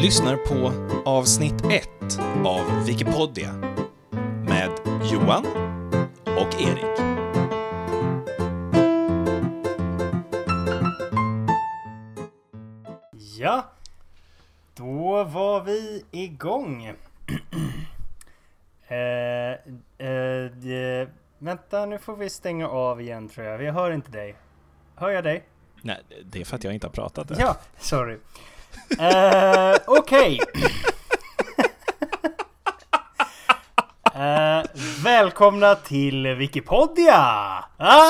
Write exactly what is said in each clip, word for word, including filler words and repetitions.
lyssnar på avsnitt ett av Wikipedia med Johan och Erik. Ja, då var vi igång. eh, eh, de, vänta, nu får vi stänga av igen tror jag. Vi hör inte dig. Hör jag dig? Nej, det är för att jag inte har pratat där. Ja, sorry. Uh, Okej. Okay. uh, välkomna till Wikipedia. Ah!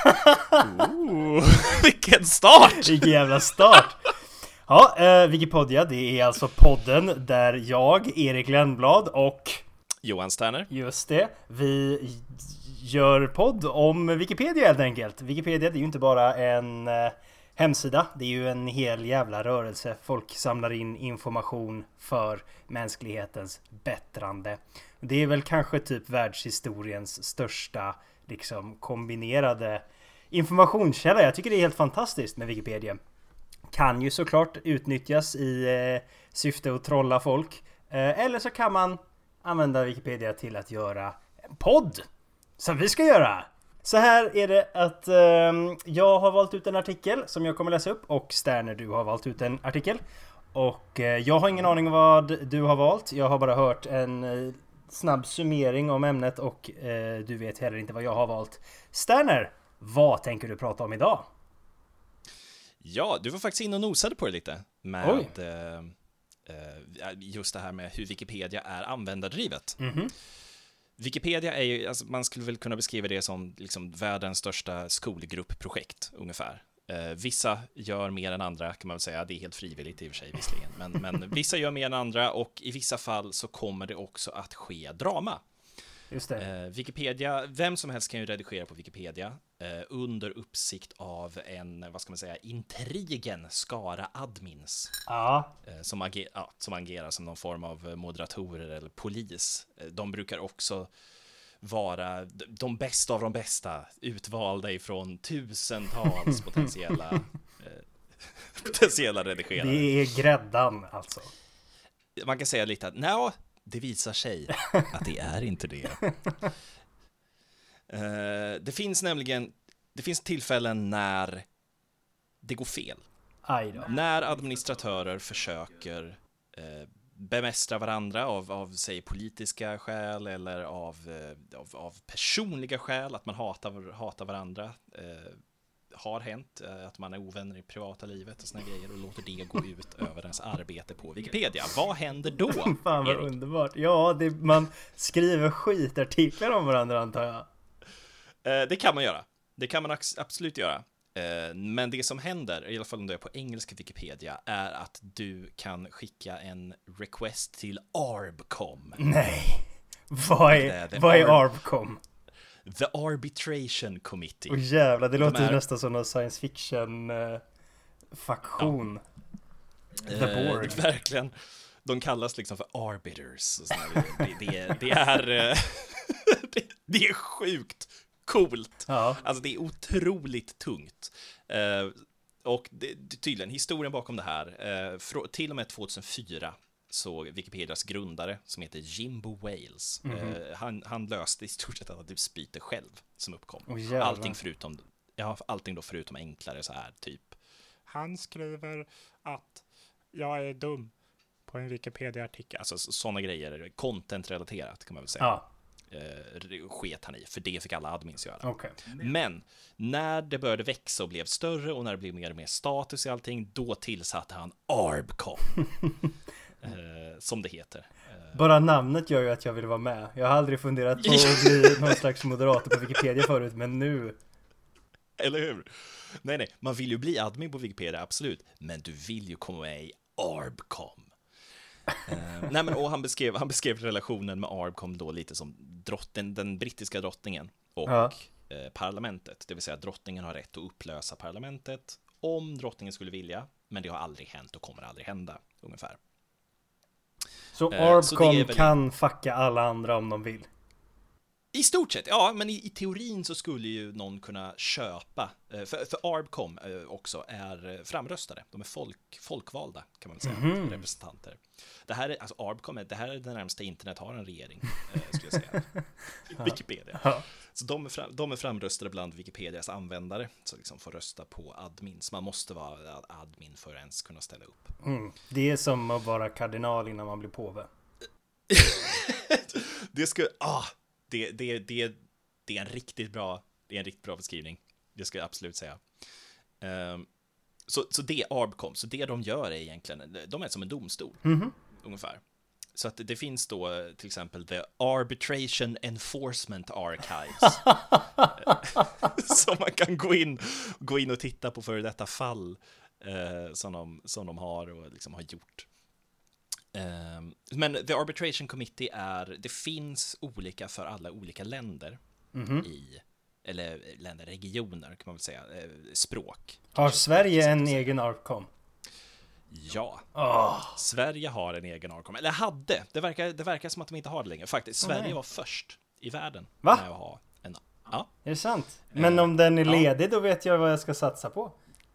oh, vilken start! Vilken jävla start. Ja, uh, Wikipedia, det är alltså podden där jag, Erik Lennblad och Johan Sterner. Just det, vi gör podd om Wikipedia helt enkelt. Wikipedia, det är ju inte bara en uh, hemsida, det är ju en hel jävla rörelse. Folk samlar in information för mänsklighetens bättrande. Det är väl kanske typ världshistoriens största liksom kombinerade informationskälla. Jag tycker det är helt fantastiskt med Wikipedia. Kan ju såklart utnyttjas i eh, syfte att trolla folk. Eh, eller så kan man använda Wikipedia till att göra en podd. Som vi ska göra. Så här är det att eh, jag har valt ut en artikel som jag kommer läsa upp. Och Sterner, du har valt ut en artikel. Och eh, jag har ingen aning vad du har valt. Jag har bara hört en eh, snabb summering om ämnet. Och eh, du vet heller inte vad jag har valt. Sterner, vad tänker du prata om idag? Ja, du var faktiskt in och nosade på det lite. Med eh, just det här med hur Wikipedia är användardrivet. Mm-hmm. Wikipedia är ju, alltså man skulle väl kunna beskriva det som liksom världens största skolgruppprojekt ungefär. Eh, vissa gör mer än andra kan man väl säga, det är helt frivilligt i och för sig visserligen. Men, men vissa gör mer än andra och i vissa fall så kommer det också att ske drama. Just det. Eh, Wikipedia, vem som helst kan ju redigera på Wikipedia eh, under uppsikt av en, vad ska man säga, intrigen skara admins. Ja. Eh, som, ager, ja, som agerar som någon form av moderatorer eller polis. Eh, de brukar också vara de bästa av de bästa, utvalda ifrån tusentals potentiella eh, potentiella redigerare. Det är gräddan alltså. Man kan säga lite att nej, det visar sig att det är inte det. uh, det finns nämligen det finns tillfällen när det går fel. Aj då. När administratörer försöker uh, bemästra varandra av, av säg, politiska skäl eller av, uh, av, av personliga skäl, att man hatar, hatar varandra. Uh, har hänt att man är ovänner i privata livet och såna grejer och låter det gå ut över ens arbete på Wikipedia. Vad händer då? Fan vad Erik? underbart. Ja, det, man skriver skitartiklar om varandra antar jag. Eh, det kan man göra. Det kan man ax- absolut göra. Eh, men det som händer, i alla fall om du är på engelska Wikipedia, är att du kan skicka en request till Arbcom. Nej. Vad är, det, vad är Ar- Arbcom? The Arbitration Committee. Åh jävlar, det låter är... ju nästan som en science fiction uh, faktion. Ja. The Borg. Eh, verkligen. De kallas liksom för arbiters. Och det, det, det, är, det, det är sjukt coolt. Ja. Alltså det är otroligt tungt. Eh, och det, det, tydligen, historien bakom det här, eh, för, till och med tjugohundrafyra så Wikipedias grundare som heter Jimbo Wales, mm-hmm. eh, han, han löste i stort sett alla dispyter själv som uppkom. Oh, allting förutom ja, allting då förutom enklare så här typ. Han skriver att jag är dum på en Wikipedia-artikel. Alltså sådana grejer, content-relaterat kan man väl säga. Ja. Eh, sket han i, för det fick alla admins göra. Okay. Men när det började växa och blev större och när det blev mer och mer status i allting, då tillsatte han Arbcom. eh, som det heter. Eh, Bara namnet gör ju att jag vill vara med. Jag har aldrig funderat på att bli någon slags moderator på Wikipedia förut, men nu... Eller hur? Nej, nej, man vill ju bli admin på Wikipedia, absolut. Men du vill ju komma med i Arbcom. uh, nej men och han beskrev han beskrev relationen med Arbcom då lite som drotten, den brittiska drottningen och ja. eh, parlamentet, det vill säga drottningen har rätt att upplösa parlamentet om drottningen skulle vilja, men det har aldrig hänt och kommer aldrig hända ungefär. Så uh, Arbcom så väl... kan fucka alla andra om de vill. I stort sett, ja, men i, i teorin så skulle ju någon kunna köpa, för, för Arbcom också är framröstade, de är folk, folkvalda kan man säga, mm-hmm. representanter. Det här är, alltså Arbcom, det här är det närmaste internet har en regering, skulle jag säga. Wikipedia. Ja. Så de är, fram, de är framröstade bland Wikipedias användare, så liksom får rösta på admin. Så man måste vara admin för att ens kunna ställa upp. Mm. Det är som att vara kardinal innan man blir påve. det ska, ah, det, det, det, det är en riktigt bra, det är en riktigt bra beskrivning. Det ska jag absolut säga. Um, så, så det är Arbcom, så det de gör är egentligen, de är som en domstol, mm-hmm. ungefär. Så att det finns då till exempel The Arbitration Enforcement Archives. Så man kan gå in, gå in och titta på före detta fall eh, som, de, som de har och liksom har gjort. Eh, men The Arbitration Committee är, det finns olika för alla olika länder mm-hmm. i, eller länder, regioner kan man väl säga, eh, språk. Har Sverige en egen Arbcom? Ja, oh. Sverige har en egen Arbcom. Eller hade, det verkar, det verkar som att de inte har det längre. Faktiskt, Sverige oh, var först i världen. Va? Med att ha en, ja. Är det sant? Men om den är ledig ja. Då vet jag vad jag ska satsa på.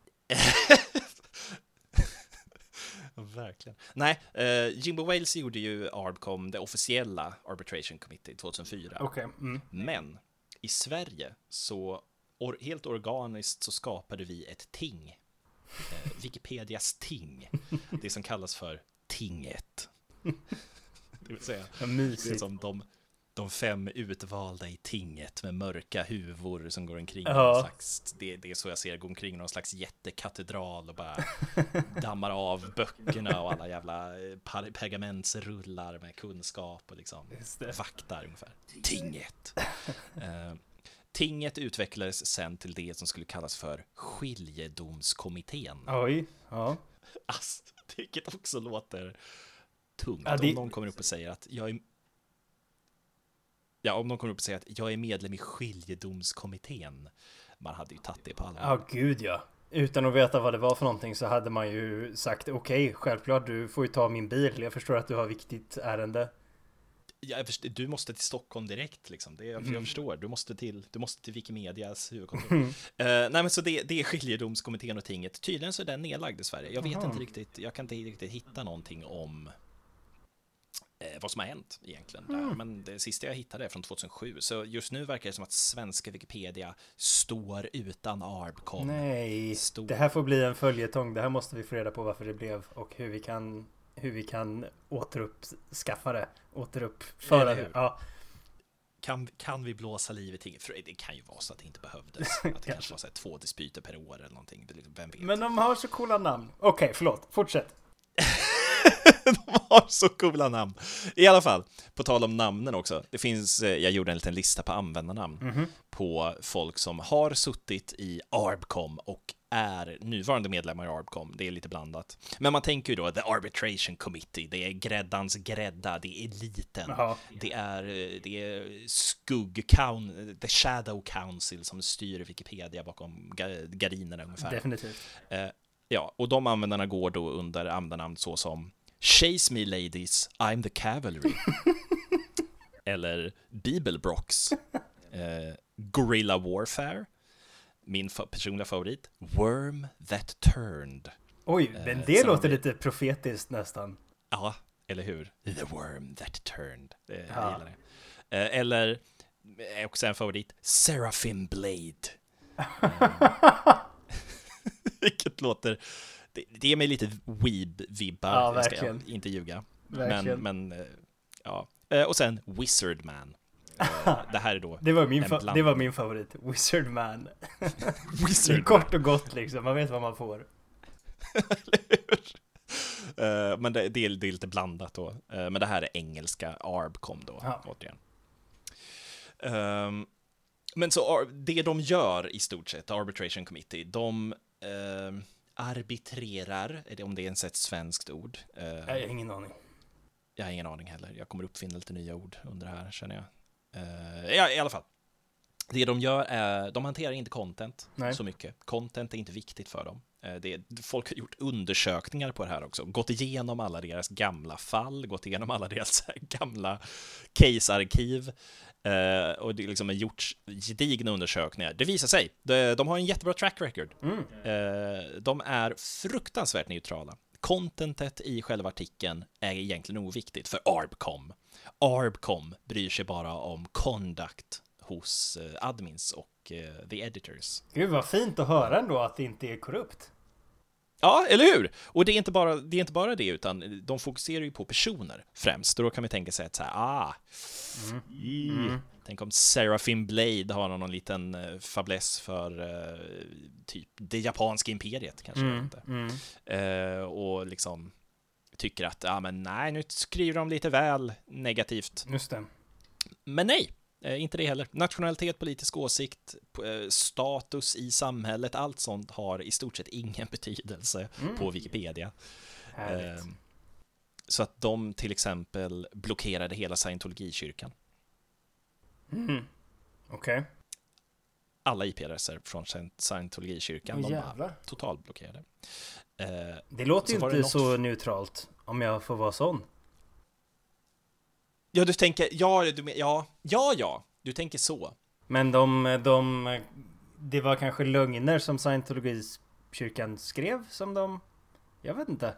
Verkligen. Nej, uh, Jimbo Wales gjorde ju Arbcom, det officiella Arbitration Committee tjugohundrafyra. Okay. Mm. Men i Sverige så or, helt organiskt så skapade vi ett ting. Eh, Wikipedias ting. Det som kallas för tinget. Det vill säga, det är som de, de fem utvalda i tinget med mörka huvor som går omkring ja. någon slags, det, det är så jag ser, går omkring någon slags jättekatedral och bara dammar av böckerna och alla jävla pergamentsrullar med kunskap och liksom vaktar ungefär. Tinget. Eh, Tinget utvecklades sen till det som skulle kallas för skiljedomskommittén. Oj, ja. Alltså, vilket också låter tungt. Ja, det... Om någon kommer upp och säger att jag är... Ja, om någon kommer upp och säger att jag är medlem i skiljedomskommittén. Man hade ju tagit det på allvar. Ja, gud ja. Utan att veta vad det var för någonting så hade man ju sagt okej, okay, självklart du får ju ta min bil. Jag förstår att du har viktigt ärende. Ja, du måste till Stockholm direkt liksom. Det är, mm. jag förstår. Du måste till du måste till Wikimedias huvudkontor. Mm. Uh, nej men så det, det är skiljedomskommittén och tinget. Tydligen så är den nedlagd i Sverige. Jag vet Aha. inte riktigt. Jag kan inte riktigt hitta någonting om eh, vad som har hänt egentligen där. Mm. Men det sista jag hittade är från tjugohundrasju. Så just nu verkar det som att svenska Wikipedia står utan Arbcom. Nej, står... det här får bli en följetong. Det här måste vi få reda på varför det blev och hur vi kan hur vi kan återuppskaffa det, återuppföra det. Ja. Kan, kan vi blåsa liv i ting? För det kan ju vara så att det inte behövdes. Att det kanske var så här två dispyter per år eller någonting. Vem vet? Men de har så coola namn. Okej, okay, förlåt. Fortsätt. De har så coola namn. I alla fall, på tal om namnen också. Det finns, jag gjorde en liten lista på användarnamn mm-hmm. på folk som har suttit i Arbcom och är nuvarande medlemmar i Arbcom. Det är lite blandat. Men man tänker ju då The Arbitration Committee. Det är gräddans grädda. Det är eliten. Aha. Det är, det är skugg The Shadow Council som styr Wikipedia bakom gardinerna ungefär. Definitivt. Eh, ja, och de användarna går då under användarnamn så som Chase Me Ladies, I'm the Cavalry. Eller Bibelbrox. Eh, Guerrilla Warfare. Min fa- personliga favorit, Worm That Turned. Oj, men det eh, låter vi... lite profetiskt nästan. Ja, eller hur? The Worm That Turned. Eh, jag gillar det. Eh, eller, också en favorit, Seraphim Blade. Eh, vilket låter... Det, det ger mig lite weeb-vibbar. Ja, jag ska inte ljuga. Men, men eh, ja. Eh, och sen Wizard Man. Det här är då det var min, fa- det var min favorit, Wizard Man. Wizard Man. Kort och gott liksom, man vet vad man får. uh, Men det, det, är, det är lite blandat då. uh, Men det här är engelska Arbcom då, ja. återigen. um, Men så det de gör i stort sett, Arbitration Committee, de uh, arbitrerar, är det, om det är ens ett svenskt ord. uh, Jag har ingen aning. Jag har ingen aning heller. Jag kommer uppfinna lite nya ord under det här, känner jag. Uh, ja, i alla fall. Det de gör är, de hanterar inte content Nej. så mycket. Content är inte viktigt för dem. Det är, folk har gjort undersökningar på det här också. Gått igenom alla deras gamla fall, gått igenom alla deras gamla case-arkiv. Uh, och det liksom har gjort gedigna undersökningar. Det visar sig, de, de har en jättebra track record. Mm. Uh, de är fruktansvärt neutrala. Contentet i själva artikeln är egentligen oviktigt för Arbcom. Arbcom bryr sig bara om conduct hos uh, admins och uh, the editors. Gud vad fint att höra ändå att det inte är korrupt. Ja, eller hur? Och det är inte bara det, är inte bara det utan de fokuserar ju på personer främst. Och då kan vi tänka sig att så här, ah, Mm. i, Mm. tänk om Seraphim Blade har någon liten uh, fäbless för uh, typ det japanska imperiet kanske. Mm. Inte. Mm. Uh, och liksom tycker att, ja ah, men nej, nu skriver de lite väl negativt. Just det. Men nej, inte det heller. Nationalitet, politisk åsikt, status i samhället, allt sånt har i stort sett ingen betydelse mm. på Wikipedia. Härligt. Så att de till exempel blockerade hela Scientologikyrkan. Mm. Okej. Okay. Alla I P-adresser från Scientologikyrkan, oh, de var totalblockerade. Det låter ju inte något... så neutralt, om jag får vara sån. Ja, du tänker, ja, du, ja, ja, ja, du tänker så. Men de, de, det var kanske lögner som Scientologikyrkan skrev som de, jag vet inte.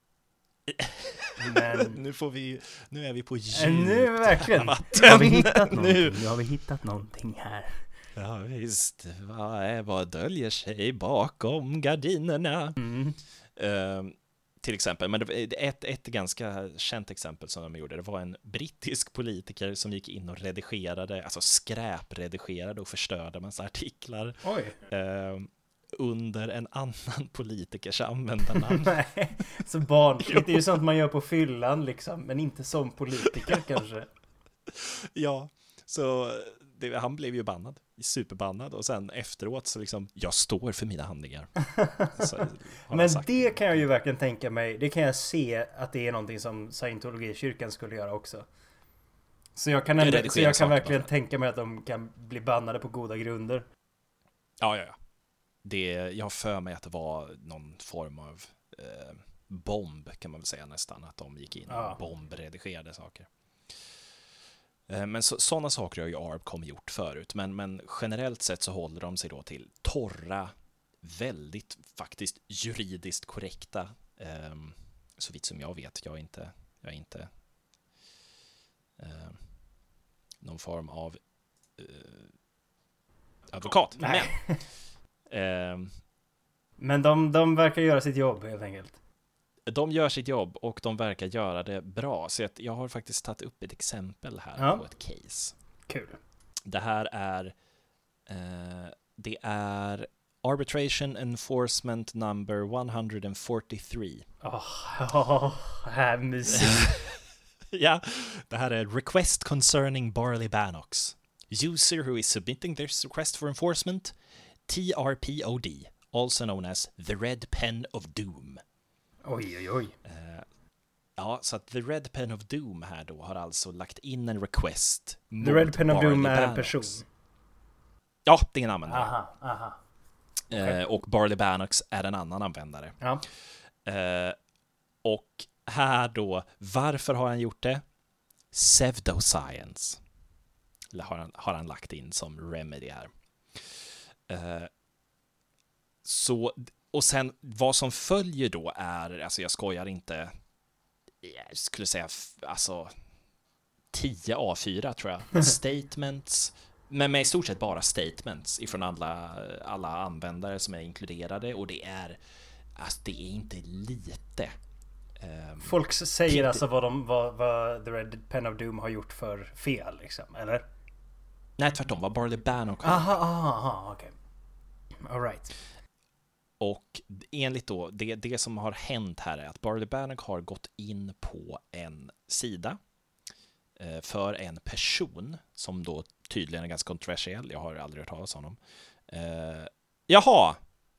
Men... nu får vi, nu är vi på djupt. Nu verkligen. Har vi hittat någonting? Nu har vi hittat någonting här. Ja visst, vad är, vad döljer sig bakom gardinerna? Mm. Uh, till exempel, men ett, ett ganska känt exempel som de gjorde, det var en brittisk politiker som gick in och redigerade, alltså skräpredigerade och förstörde massa artiklar. Oj. Uh, under en annan politikers användarnamn. Nej, så barnsligt. Det är ju sånt man gör på fyllan liksom, men inte som politiker kanske. Ja, så det, han blev ju bannad, superbannad, och sen efteråt så liksom, jag står för mina handlingar. Så, men det kan jag ju verkligen tänka mig, det kan jag se att det är någonting som Scientologikyrkan skulle göra också. Så jag kan, ändå, så jag kan verkligen bara tänka mig att de kan bli bannade på goda grunder. Ja, ja, ja. Det, jag har för mig att det var någon form av eh, bomb, kan man väl säga nästan, att de gick in och ja. bombredigerade saker. Eh, men så, sådana saker har ju Arbcom gjort förut, men, men generellt sett så håller de sig då till torra, väldigt faktiskt juridiskt korrekta, eh, så vitt som jag vet, jag är inte, jag är inte eh, någon form av eh, advokat. Nej. Men Uh, Men de, de verkar göra sitt jobb helt enkelt. De gör sitt jobb och de verkar göra det bra. Så att jag har faktiskt tagit upp ett exempel här ja. på ett case. Kul. Det här är uh, det är Arbitration Enforcement number one forty-three. Åh, oh, här musik. Ja, det här är Request Concerning Barley Bannox. User who is submitting this request for enforcement, T R P O D, also known as the Red Pen of Doom. Oj, oj, oj. Uh, ja, så att the Red Pen of Doom här då har alltså lagt in en request. The Red Pen of Doom är en person. Ja, det är en användare. Aha, aha. Uh, okay. Och Barley Bannox är en annan användare. Ja. Uh, och här då, varför har han gjort det? Pseudoscience har han, har han lagt in som remedy här. Uh, så, och sen vad som följer då är, alltså jag skojar inte, jag skulle säga alltså tio A fyra tror jag, statements, men med i stort sett bara statements ifrån alla, alla användare som är inkluderade, och det är, alltså det är inte lite. Um, Folk säger t- alltså vad, de, vad, vad The Red Pen of Doom har gjort för fel liksom, eller? Nej, tvärtom, vad Barley Bannock. Aha, aha, aha, okej. Okay. All right. Och enligt då, det, det som har hänt här är att Barley Bannock har gått in på en sida eh, för en person som då tydligen är ganska kontroversiell. Jag har aldrig hört talas om honom. Eh, jaha!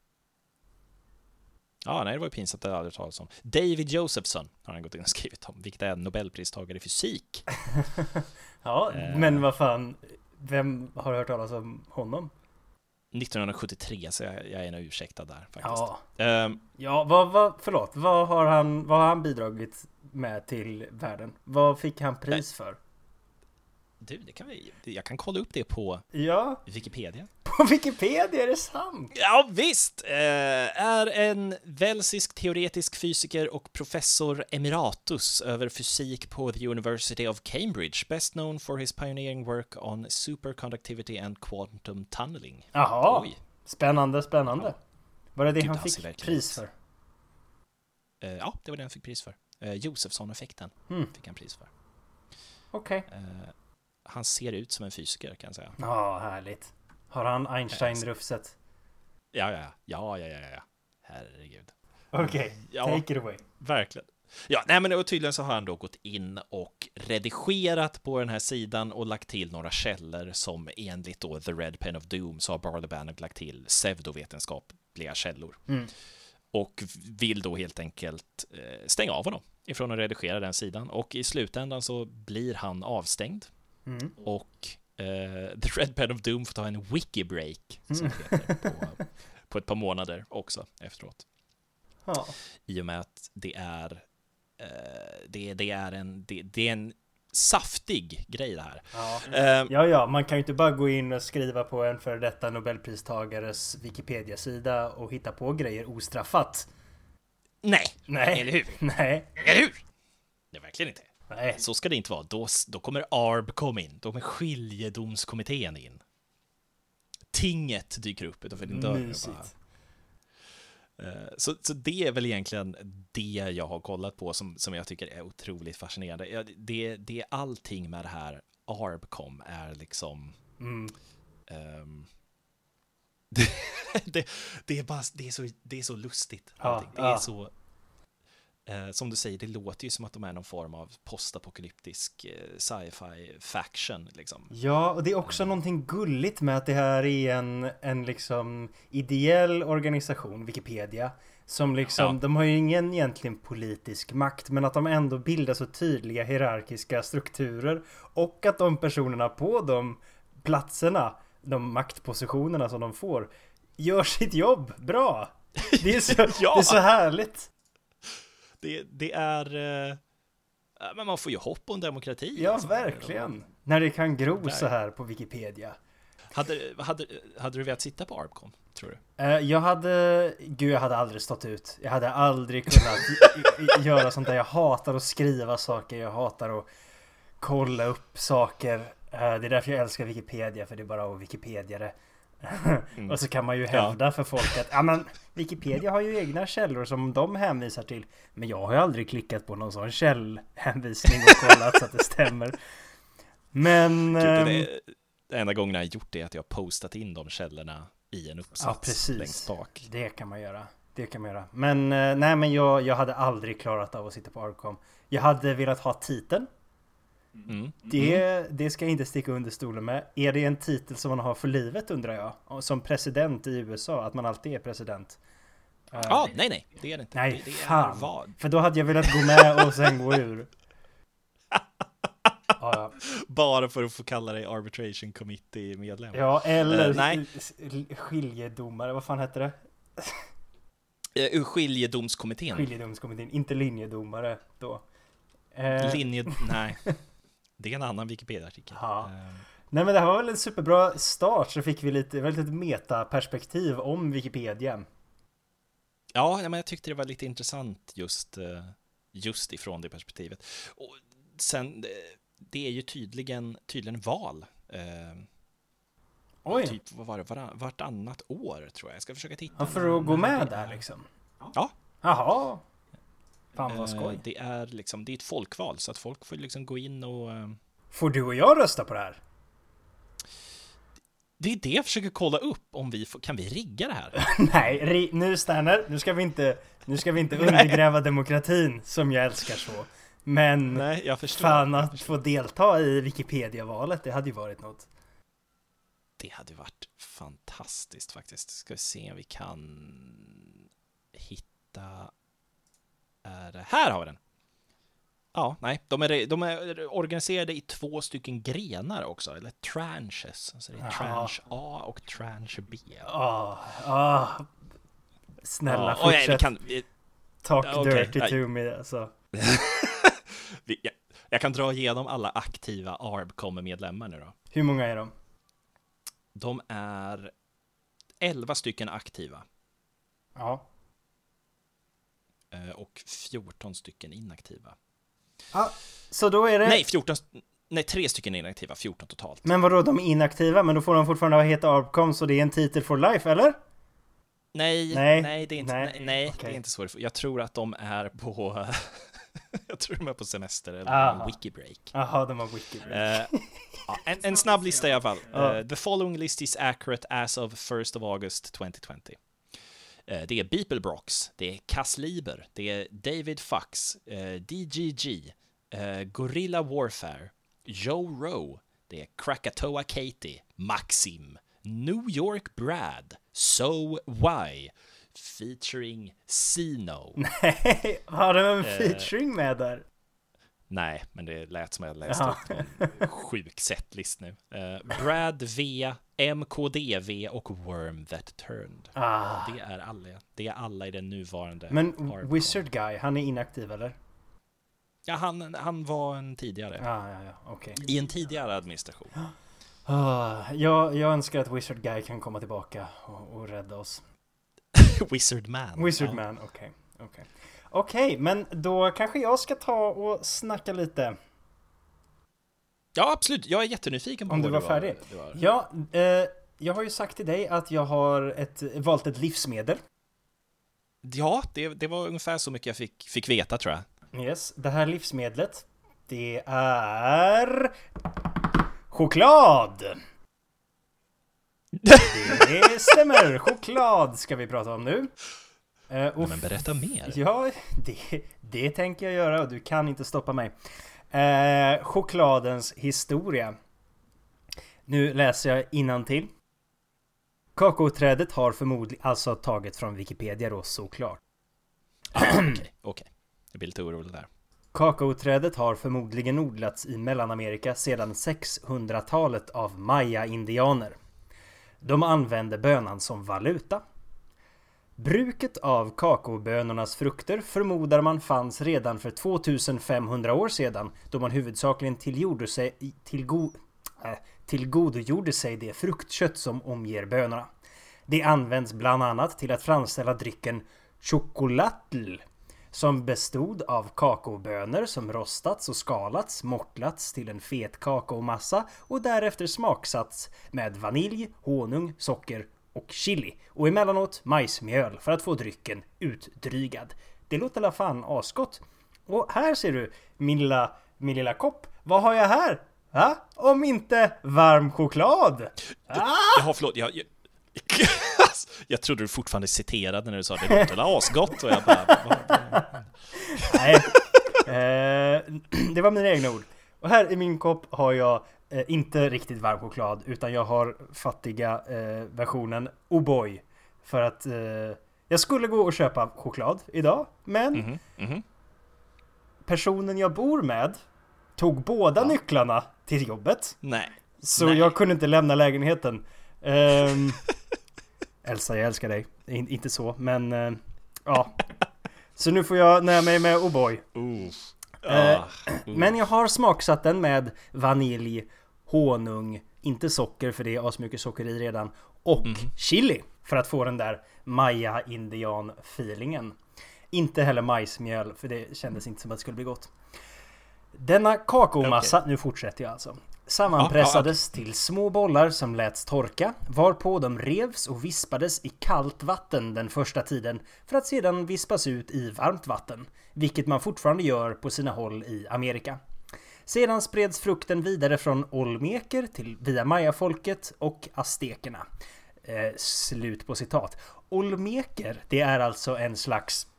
Ja, nej, det var ju pinsamt att jag aldrig hört talas om. David Josephson har han gått in och skrivit om, vilket är en Nobelpristagare i fysik. Ja, eh. men vad fan... Vem har hört talas om honom? nittonhundrasjuttiotre, så jag, jag är nog ursäktad där faktiskt. Ja, Um, ja vad, vad, förlåt. Vad har, han, vad har han bidragit med till världen? Vad fick han pris för? Du, det kan vi, jag kan kolla upp det på Ja, Wikipedia. på Wikipedia, är det sant? Ja, visst! Eh, är en welsisk teoretisk fysiker och professor emeritus över fysik på the University of Cambridge, best known for his pioneering work on superconductivity and quantum tunneling. Jaha, Oj. Spännande, spännande. Ja. Var det det Gud, han han ser fick verkligen pris ut. för? Eh, ja, det var det han fick pris för. Eh, Josephson-effekten Mm. fick han pris för. Okej. Eh, han ser ut som en fysiker, kan jag säga. Ja, härligt. Har han Einstein-rufset? Ja, ja, ja, ja, ja, ja. Herregud. Okej, Ja. take it away. Verkligen. Ja, nej men och tydligen så har han då gått in och redigerat på den här sidan och lagt till några källor som enligt då The Red Pen of Doom så har Barley Bannock lagt till pseudovetenskapliga källor. Mm. Och vill då helt enkelt eh, stänga av honom ifrån att redigera den sidan. Och i slutändan så blir han avstängd. Mm. Och eh, The Red Pen of Doom får ta en wiki-break, som det heter, på, på ett par månader också efteråt. Ja. I och med att det är eh, det, det är en det, det är en saftig grej det här. Ja. Eh, ja, ja, man kan ju inte bara gå in och skriva på en för detta Nobelpristagares Wikipedia-sida och hitta på grejer ostraffat. nej, Nej. eller hur? Nej. Eller hur? Det är verkligen inte. Nej. Så ska det inte vara. Då, då kommer A R B komma in. Då kommer skiljedomskommittén in. Tinget dyker upp utanför din dörr. Mysigt. Så, så det är väl egentligen det jag har kollat på som, som jag tycker är otroligt fascinerande. Ja, det, det är allting med det här A R B com är liksom Mm. um, det, det, det är bara det är så, det är så lustigt allting. Ja, det är ja. så eh, som du säger, det låter ju som att de är någon form av postapokalyptisk eh, sci-fi faction liksom. Ja, och det är också någonting gulligt med att det här är en, en liksom ideell organisation, Wikipedia, som liksom, Ja. de har ju ingen egentligen politisk makt, men att de ändå bildar så tydliga hierarkiska strukturer och att de personerna på de platserna, de maktpositionerna som de får, gör sitt jobb bra. Det är så, Ja. det är så härligt. Det, det är eh, men man får ju hopp om demokrati. Ja, liksom. verkligen. När det kan gro Där. så här på Wikipedia. Hade, hade, hade du velat sitta på A R B com, tror du? Eh, Jag hade, gud jag hade aldrig stått ut. Jag hade aldrig kunnat i- i- göra sånt där. Jag hatar att skriva saker. Jag hatar att kolla upp saker. Eh, Det är därför jag älskar Wikipedia, för det är bara att Wikipedia det. Mm. Och så kan man ju hävda för folk att ja, men Wikipedia har ju egna källor som de hänvisar till. Men jag har ju aldrig klickat på någon sån källhänvisning och kollat så att det stämmer. Men... Gud, ehm, det, det enda gången jag har gjort det är att jag har postat in de källorna i en Ja, uppsats precis. längst bak. Det kan man göra. Det kan man göra. Men eh, nej, men jag, jag hade aldrig klarat av att sitta på A R B com. Jag hade velat ha titeln. Mm. Det, det ska jag inte sticka under stolen med. Är det en titel som man har för livet, undrar jag? Som president i U S A, att man alltid är president. Eh, Ja, ah, nej, nej, det är det inte. Nej, det, det fan. Är vad? För då hade jag velat gå med och sen gå ur. Ja, Bara för att få kalla dig arbitration committee medlem. ja, eller Eh, nej. s- skiljedomare, vad fan heter det? Uh, skiljedomskommittén. Skiljedomskommittén, inte linjedomare då. Eh, Linje... Nej. Det är en annan Wikipedia-artikel. Ja. Eh, Nej, men det här var väl en superbra start, så fick vi lite, väldigt metaperspektiv om Wikipedia. Ja, men jag tyckte det var lite intressant just, eh, just ifrån det perspektivet. Och sen, eh, det är ju tydligen, tydligen val. Eh, Oj, Typ, vad var det? Var, vartannat år, tror jag. Jag ska försöka titta. ja, för att gå med det där är- liksom. Ja. Jaha. Fan vad Eh, skoj. Det är liksom, det är ett folkval, så att folk får liksom gå in och... eh, Får du och jag rösta på det här? Det är det jag försöker kolla upp, om vi får, kan vi rigga det här? Nej, ri- nu Stanner, nu ska vi inte, nu ska vi inte undergräva demokratin som jag älskar så. Men Nej, jag förstår. fan Jag att förstår. få delta i Wikipedia-valet, det hade ju varit något. Det hade varit fantastiskt faktiskt. Ska vi se om vi kan hitta... Är det... Här har vi den! Ja, nej, de är, de är organiserade i två stycken grenar också, eller tranches. Alltså det är tranche A och tranche B. Ah, ah. Snälla, ja, fortsätt. Vi kan, vi, Talk okay, dirty ja. to me, alltså. vi, jag, jag kan dra igenom alla aktiva A R B C-medlemmar nu då. Hur många är de? De är elva stycken aktiva. Ja. Och fjorton stycken inaktiva. Ah, så då är det... Nej, fjorton... Nej, tre stycken inaktiva, fjorton totalt. Men vadå, de är inaktiva? Men då får de fortfarande heta A R B C, så det är en titel for life, eller? Nej, nej, nej, det är inte, nej, nej okay. det är inte så. Jag tror att de är på... jag tror de är på semester eller Aha. wikibreak. Jaha, de har wikibreak. Uh, en, en snabb lista i alla fall. Uh, the following list is accurate as of first of August twenty twenty. Uh, det är Beeplebrox, det är Cass Lieber, det är David Fox, uh, D G G, uh, Gorilla Warfare, Joe Rowe, det är Krakatoa Katie, Maxim, New York Brad, So Why, featuring Sino. Nej, har de en featuring uh, med där? Nej, men det lät som jag läste upp en sjuk setlist nu. Uh, Brad V, M K D V och Worm That Turned. Ah. Det är alla, det är alla i den nuvarande. Men A R B C. Wizard Guy, han är inaktiv eller? Ja, han, han var en tidigare. Ah, ja, ja, okay. I en tidigare administration. Ah, jag, jag önskar att Wizard Guy kan komma tillbaka och, och rädda oss. Wizard Man. Wizard ja. Man, okej. Okay, okay. Okej, okay, men då kanske jag ska ta och snacka lite. Ja, absolut. Jag är jättenyfiken på om du var, var färdig. Du var. Ja, eh, jag har ju sagt till dig att jag har ett, valt ett livsmedel. Ja, det, det var ungefär så mycket jag fick, fick veta, tror jag. Yes, det här livsmedlet, det är choklad. Det stämmer, choklad ska vi prata om nu. Uh, och men berätta mer. Ja, det, det tänker jag göra och du kan inte stoppa mig. Uh, chokladens historia. Nu läser jag innantill. Kakaoträdet har förmodligen alltså tagit från Wikipedia då, såklart. Okej, ah, okej. Okay. Jag blir lite orolig där. Kakaoträdet har förmodligen odlats i Mellanamerika sedan sexhundratalet av maya-indianer. De använde bönan som valuta. Bruket av kakaobönornas frukter förmodar man fanns redan för tvåtusenfemhundra år sedan, då man huvudsakligen tillgjorde sig, tillgo, äh, tillgodogjorde sig det fruktkött som omger bönorna. Det används bland annat till att framställa drycken chocolatl, som bestod av kakaobönor som rostats och skalats, mortlats till en fet kakaomassa och därefter smaksatts med vanilj, honung, socker och chili och emellanåt majsmjöl för att få drycken utdrygad. Det låter la fan asgott. Och här ser du min lilla, min lilla kopp. Vad har jag här? Ha? Om inte varm choklad. Ah! Jaha, förlåt. Jag, jag, jag trodde du fortfarande citerade när du sa det låter la asgott och jag bara... Nej, eh, det var mina egna ord. Och här i min kopp har jag eh, inte riktigt varm choklad, utan jag har fattiga eh, versionen O'boy. För att eh, jag skulle gå och köpa choklad idag, men mm-hmm. Mm-hmm. personen jag bor med tog båda ja. nycklarna till jobbet. Nej. Så Nej. jag kunde inte lämna lägenheten. Um, Elsa, jag älskar dig. In, inte så, men uh, ja. Så nu får jag nöja mig med O'boy. Uh. Uh, uh. Men jag har smaksatt den med vanilj, honung, inte socker för det är asmycket socker i redan, och mm. chili för att få den där maya-indian-feelingen. Inte heller majsmjöl, för det kändes inte som att det skulle bli gott. Denna kakaomassa, okay. nu fortsätter jag alltså, sammanpressades ah, ah, till små bollar som läts torka, varpå de revs och vispades i kallt vatten den första tiden för att sedan vispas ut i varmt vatten, vilket man fortfarande gör på sina håll i Amerika. Sedan spreds frukten vidare från olmeker till via mayafolket och aztekerna. Eh, slut på citat. Olmeker, det är alltså en slags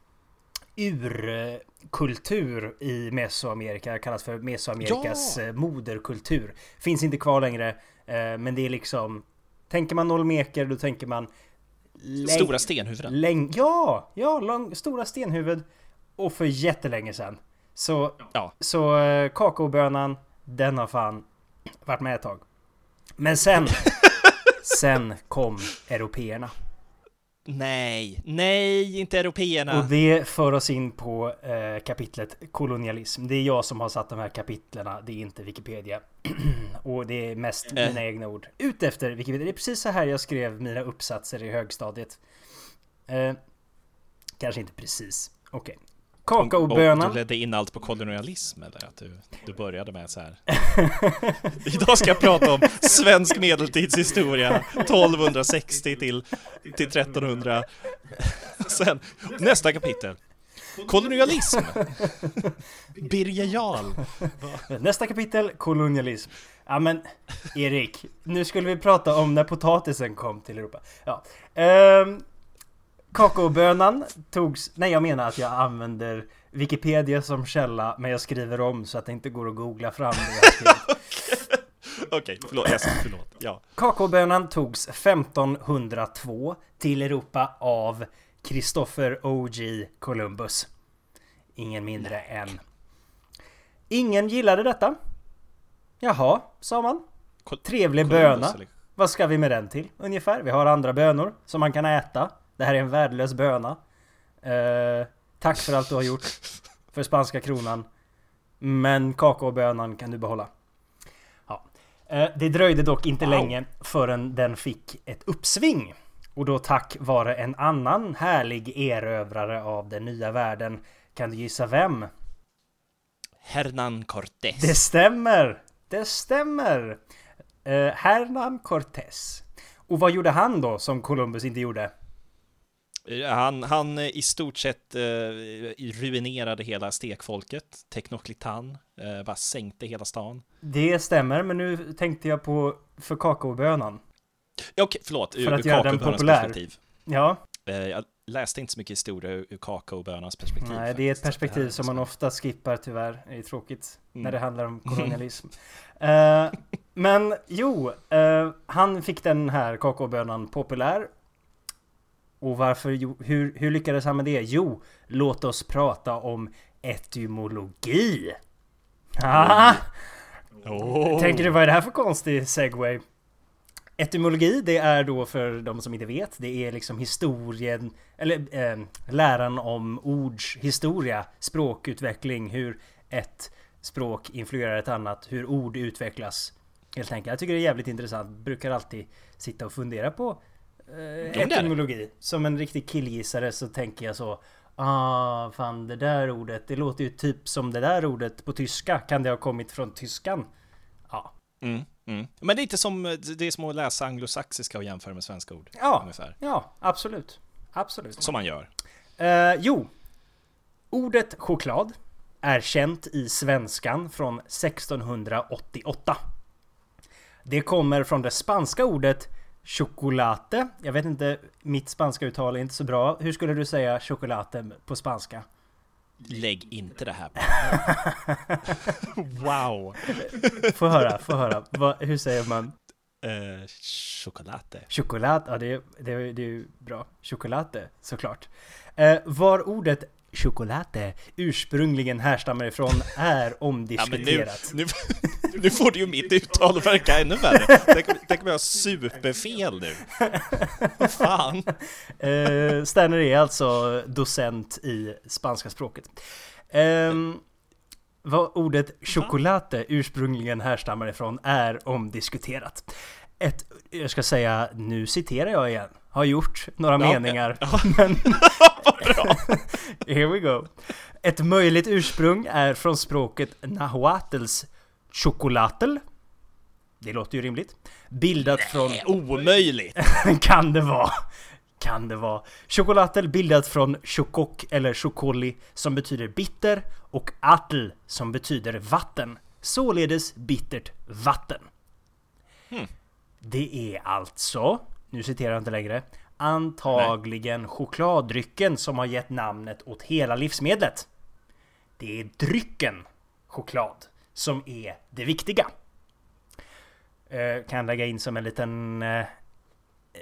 urkultur i Mesoamerika, kallas för Mesoamerikas ja. moderkultur. Finns inte kvar längre, men det är liksom, tänker man olmeker, då tänker man läng- stora stenhuvuden. Läng- ja, ja lång, stora stenhuvud och för jättelänge sedan. Så, Ja. så uh, kakaobönan, den har fan varit med ett tag. Men sen, sen kom européerna. Nej, nej, inte européerna. Och det för oss in på eh, kapitlet kolonialism. Det är jag som har satt de här kapitlerna, det är inte Wikipedia. Och det är mest äh. mina egna ord. Ut efter Wikipedia. Det är precis så här jag skrev mina uppsatser i högstadiet. Eh, kanske inte precis. Okej. Okay. Kakaobönan. Du ledde in allt på kolonialism, eller att du, du började med så här. Idag ska jag prata om svensk medeltidshistoria tolvhundrasextio till, till trettonhundra. Sen, nästa kapitel. Kolonialism. Birger Jarl. Nästa kapitel, kolonialism. Ja men, Erik, nu skulle vi prata om när potatisen kom till Europa. Ja. Ehm... Kakaobönan togs... Nej, jag menar att jag använder Wikipedia som källa, men jag skriver om så att det inte går att googla fram det. Okej, okay, förlåt, jag förlåt. Ja. Kakaobönan togs femtonhundratvå till Europa av Christopher O G Columbus. Ingen mindre än. Ingen gillade detta. Jaha, sa man. Trevlig böna. Vad ska vi med den till? Ungefär. Vi har andra bönor som man kan äta. Det här är en värdelös böna. Eh, tack för allt du har gjort för spanska kronan. Men kakaobönan kan du behålla. Ja. Eh, det dröjde dock inte wow. länge förrän den fick ett uppsving. Och då tack vare en annan härlig erövrare av den nya världen. Kan du gissa vem? Hernán Cortés. Det stämmer! Det stämmer! Eh, Hernán Cortés. Och vad gjorde han då som Columbus inte gjorde? Han, han i stort sett eh, ruinerade hela stekfolket. Tenochtitlan eh, bara sänkte hela stan. Det stämmer, men nu tänkte jag på för kakaobönan. Okej, förlåt. För att göra den populär. Perspektiv. Ja. Eh, jag läste inte så mycket historia ur kakaobönans perspektiv. Nej, det är ett perspektiv det som man ofta skippar tyvärr. Det är tråkigt mm. när det handlar om kolonialism. eh, men jo, eh, han fick den här kakaobönan populär. Och varför, hur, hur lyckades han med det? Jo, låt oss prata om etymologi. Ah! Oh. Tänker du, vad är det här för konstig segway? Etymologi, det är då för de som inte vet, det är liksom historien, eller eh, läran om ords historia, språkutveckling, hur ett språk influerar ett annat, hur ord utvecklas. Helt enkelt. Jag tycker det är jävligt intressant. Brukar alltid sitta och fundera på eh, etymologi. Som en riktig killgissare så tänker jag så, ah, fan det där ordet, det låter ju typ som det där ordet på tyska. Kan det ha kommit från tyskan? Ja. Mm, mm. Men det är inte som, det är som att läsa anglosaxiska och jämföra med svenska ord. Ja, ungefär. Ja, absolut. Absolut. Som man gör. Eh, jo, ordet choklad är känt i svenskan från sextonhundraåttioåtta. Det kommer från det spanska ordet chocolate. Jag vet inte, mitt spanska uttal är inte så bra. Hur skulle du säga chocolate på spanska? Lägg inte det här på. Wow. Få höra, få höra. Va, hur säger man? Uh, chocolate. Chocolate, ja det är, det är, det är ju bra. Chocolate, såklart. Uh, var ordet chocolate ursprungligen härstammar ifrån är omdiskuterat. Ja, nu, nu, nu får du ju mitt uttal att verka ännu värre. Tänk, tänk om jag har superfel nu. Vad fan? Uh, Stanner är alltså docent i spanska språket. Um, vad ordet chocolate ursprungligen härstammar ifrån är omdiskuterat. Ett, jag ska säga, nu citerar jag igen. Har gjort några ja, meningar. Ja. Men here we go. Ett möjligt ursprung är från språket nahuatls chocolatl. Det låter ju rimligt. Bildat från... Omöjligt! Kan det vara. Kan det vara. Chocolatl bildat från chokok eller chokoli som betyder bitter och atl som betyder vatten. Således bittert vatten. Hmm. Det är alltså, nu citerar jag inte längre, antagligen Nej. chokladdrycken som har gett namnet åt hela livsmedlet. Det är drycken choklad som är det viktiga. Eh, kan lägga in som en liten eh,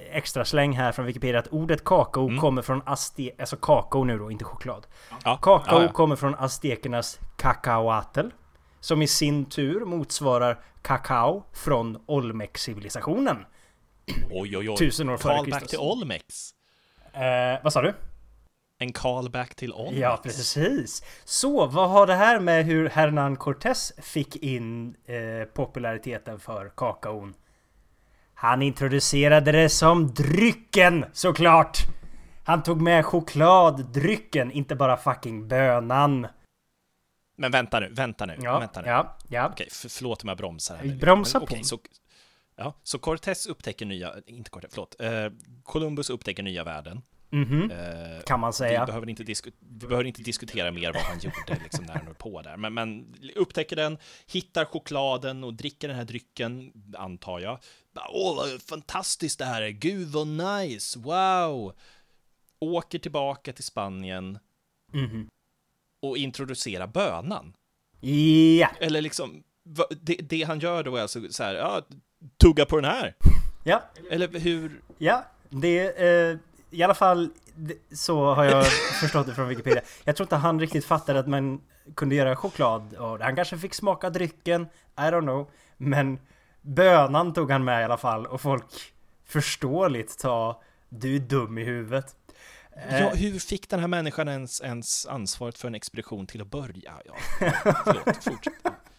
extra släng här från Wikipedia att ordet kakao mm. kommer från azte... Alltså kakao nu då, inte choklad. Ja. Kakao ja, ja. kommer från aztekernas kakaoatl, som i sin tur motsvarar kakao från Olmec-civilisationen. Oj, oj, oj. Tusen år före Kristus. Callback till Olmecs. Eh, vad sa du? En callback till Olmecs. Ja, precis. Så, vad har det här med hur Hernán Cortés fick in eh, populariteten för kakaon? Han introducerade det som drycken, såklart! Han tog med chokladdrycken, inte bara fucking bönan. Men vänta nu, vänta nu, ja, vänta nu. Ja, ja. Okej, för, förlåt om jag bromsar här. Bromsa Men, på. Okej, så, ja, så Cortés upptäcker nya, inte Cortés, förlåt. Eh, Columbus upptäcker nya världen. Mm-hmm. Eh, kan man säga. Vi behöver inte, disku- vi behöver inte diskutera mer vad han gjorde liksom, när han var på där. Men, men upptäcker den, hittar chokladen och dricker den här drycken, antar jag. Åh, fantastiskt det här är. Gud vad nice, wow. Åker tillbaka till Spanien. Mm-hmm. Och introducerar bönan. Ja. Yeah. Eller liksom, det, det han gör då är alltså så här, ja, tugga på den här. Ja. Eller hur? Ja, det eh, i alla fall så har jag förstått det från Wikipedia. Jag tror inte han riktigt fattade att man kunde göra choklad. Och han kanske fick smaka drycken, I don't know. Men bönan tog han med i alla fall. Och folk förståeligt ta, du är dum i huvudet. Ja, hur fick den här människan ens, ens ansvaret för en expedition till att börja? Ja, förlåt, fortsätt.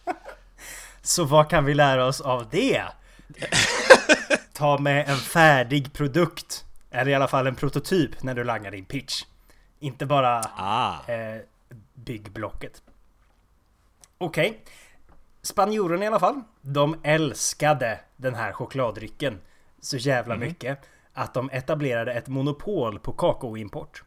Så vad kan vi lära oss av det? Ta med en färdig produkt. Eller i alla fall en prototyp när du langar din pitch. Inte bara ah. eh, byggblocket. Okej. Okay. Spanjorerna i alla fall. De älskade den här chokladdrycken så jävla mm. mycket. Att de etablerade ett monopol på kakaoimport.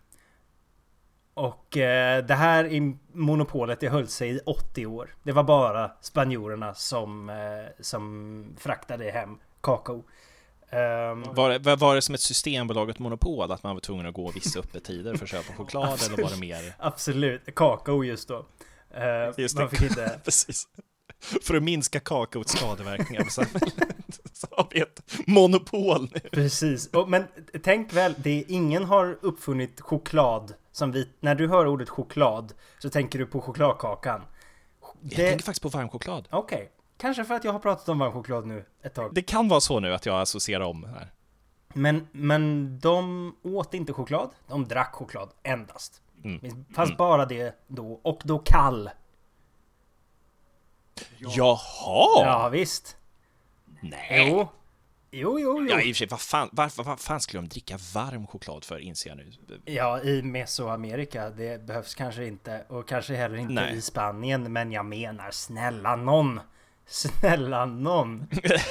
Och eh, det här monopolet det höll sig i åttio år. Det var bara spanjorerna som, eh, som fraktade hem kakao. Um, var, det, var det som ett systembolag, ett monopol, att man var tvungen att gå vissa öppettider för att köpa choklad? Absolut, eller var det mer? Absolut, kakao just då. Uh, just man det, fick inte... precis. För att minska kakaots skadeverkningar så har vi ett monopol nu. Precis, och, men tänk väl, det är, ingen har uppfunnit choklad som vi, när du hör ordet choklad så tänker du på chokladkakan. Det... Jag tänker faktiskt på varmchoklad. Okej, okay. Kanske för att jag har pratat om varmchoklad nu ett tag. Det kan vara så nu att jag associerar om här. Men, men de åt inte choklad, de drack choklad endast. Mm. Fast mm. bara det då, och då kall. Jaha! Ja, visst. Nej. Jo. Jo, jo, jo. Ja, i och för sig, vad fan, varför, vad fan skulle de dricka varm choklad för, inser jag nu? Ja, i Mesoamerika, det behövs kanske inte. Och kanske heller inte Nej. i Spanien. Men jag menar, snälla någon. Snälla någon.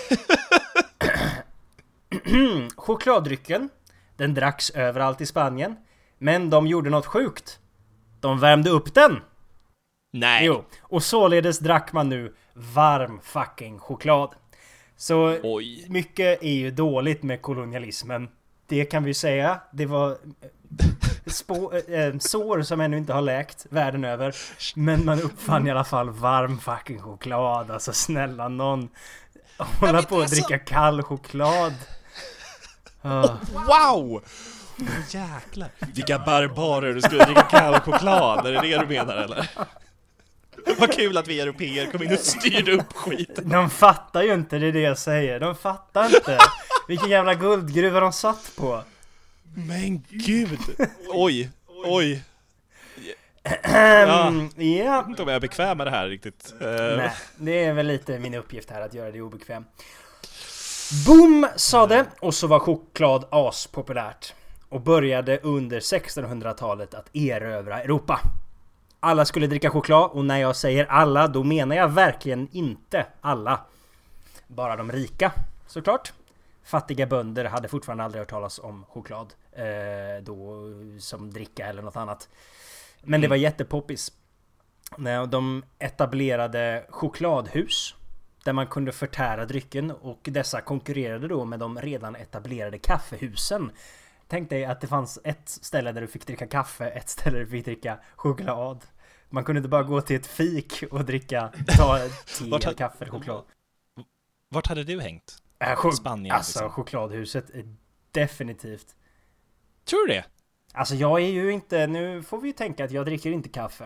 Chokladdrycken, den dracks överallt i Spanien. Men de gjorde något sjukt. De värmde upp den. Nej. Jo, och således drack man nu varm fucking choklad. Så Oj. mycket är ju dåligt med kolonialismen. Det kan vi säga. Det var spå, äh, sår som ännu inte har läkt världen över. Men man uppfann i alla fall varm fucking choklad. Alltså snälla någon. Hålla på att alltså... dricka kall choklad. Oh. Oh, wow! Jäklar. Vilka barbarer, du skulle dricka kall choklad. Är det det du menar eller? Vad kul att vi europeer kom in och styrde upp skiten. De fattar ju inte, det är det jag säger. De fattar inte. Vilken jävla guldgruva de satt på. Men gud. Oj, oj. Ja. Jag vet inte om jag är bekväm med det här riktigt. Nej, det är väl lite min uppgift här att göra det obekväm. Boom, sa det. Och så var choklad aspopulärt. Och började under sextonhundratalet att erövra Europa. Alla skulle dricka choklad, och när jag säger alla, då menar jag verkligen inte alla. Bara de rika, såklart. Fattiga bönder hade fortfarande aldrig hört talas om choklad eh, då, som dricka eller något annat. Men det var jättepoppis. De etablerade chokladhus där man kunde förtära drycken, och dessa konkurrerade då med de redan etablerade kaffehusen. Tänk dig att det fanns ett ställe där du fick dricka kaffe, ett ställe där du fick dricka choklad. Man kunde inte bara gå till ett fik och dricka, ta te, ha- kaffe eller choklad. Vart hade du hängt? Äh, chok- Spanien, alltså liksom. chokladhuset, Definitivt. Tror du det? Alltså jag är ju inte, nu får vi ju tänka att jag dricker inte kaffe.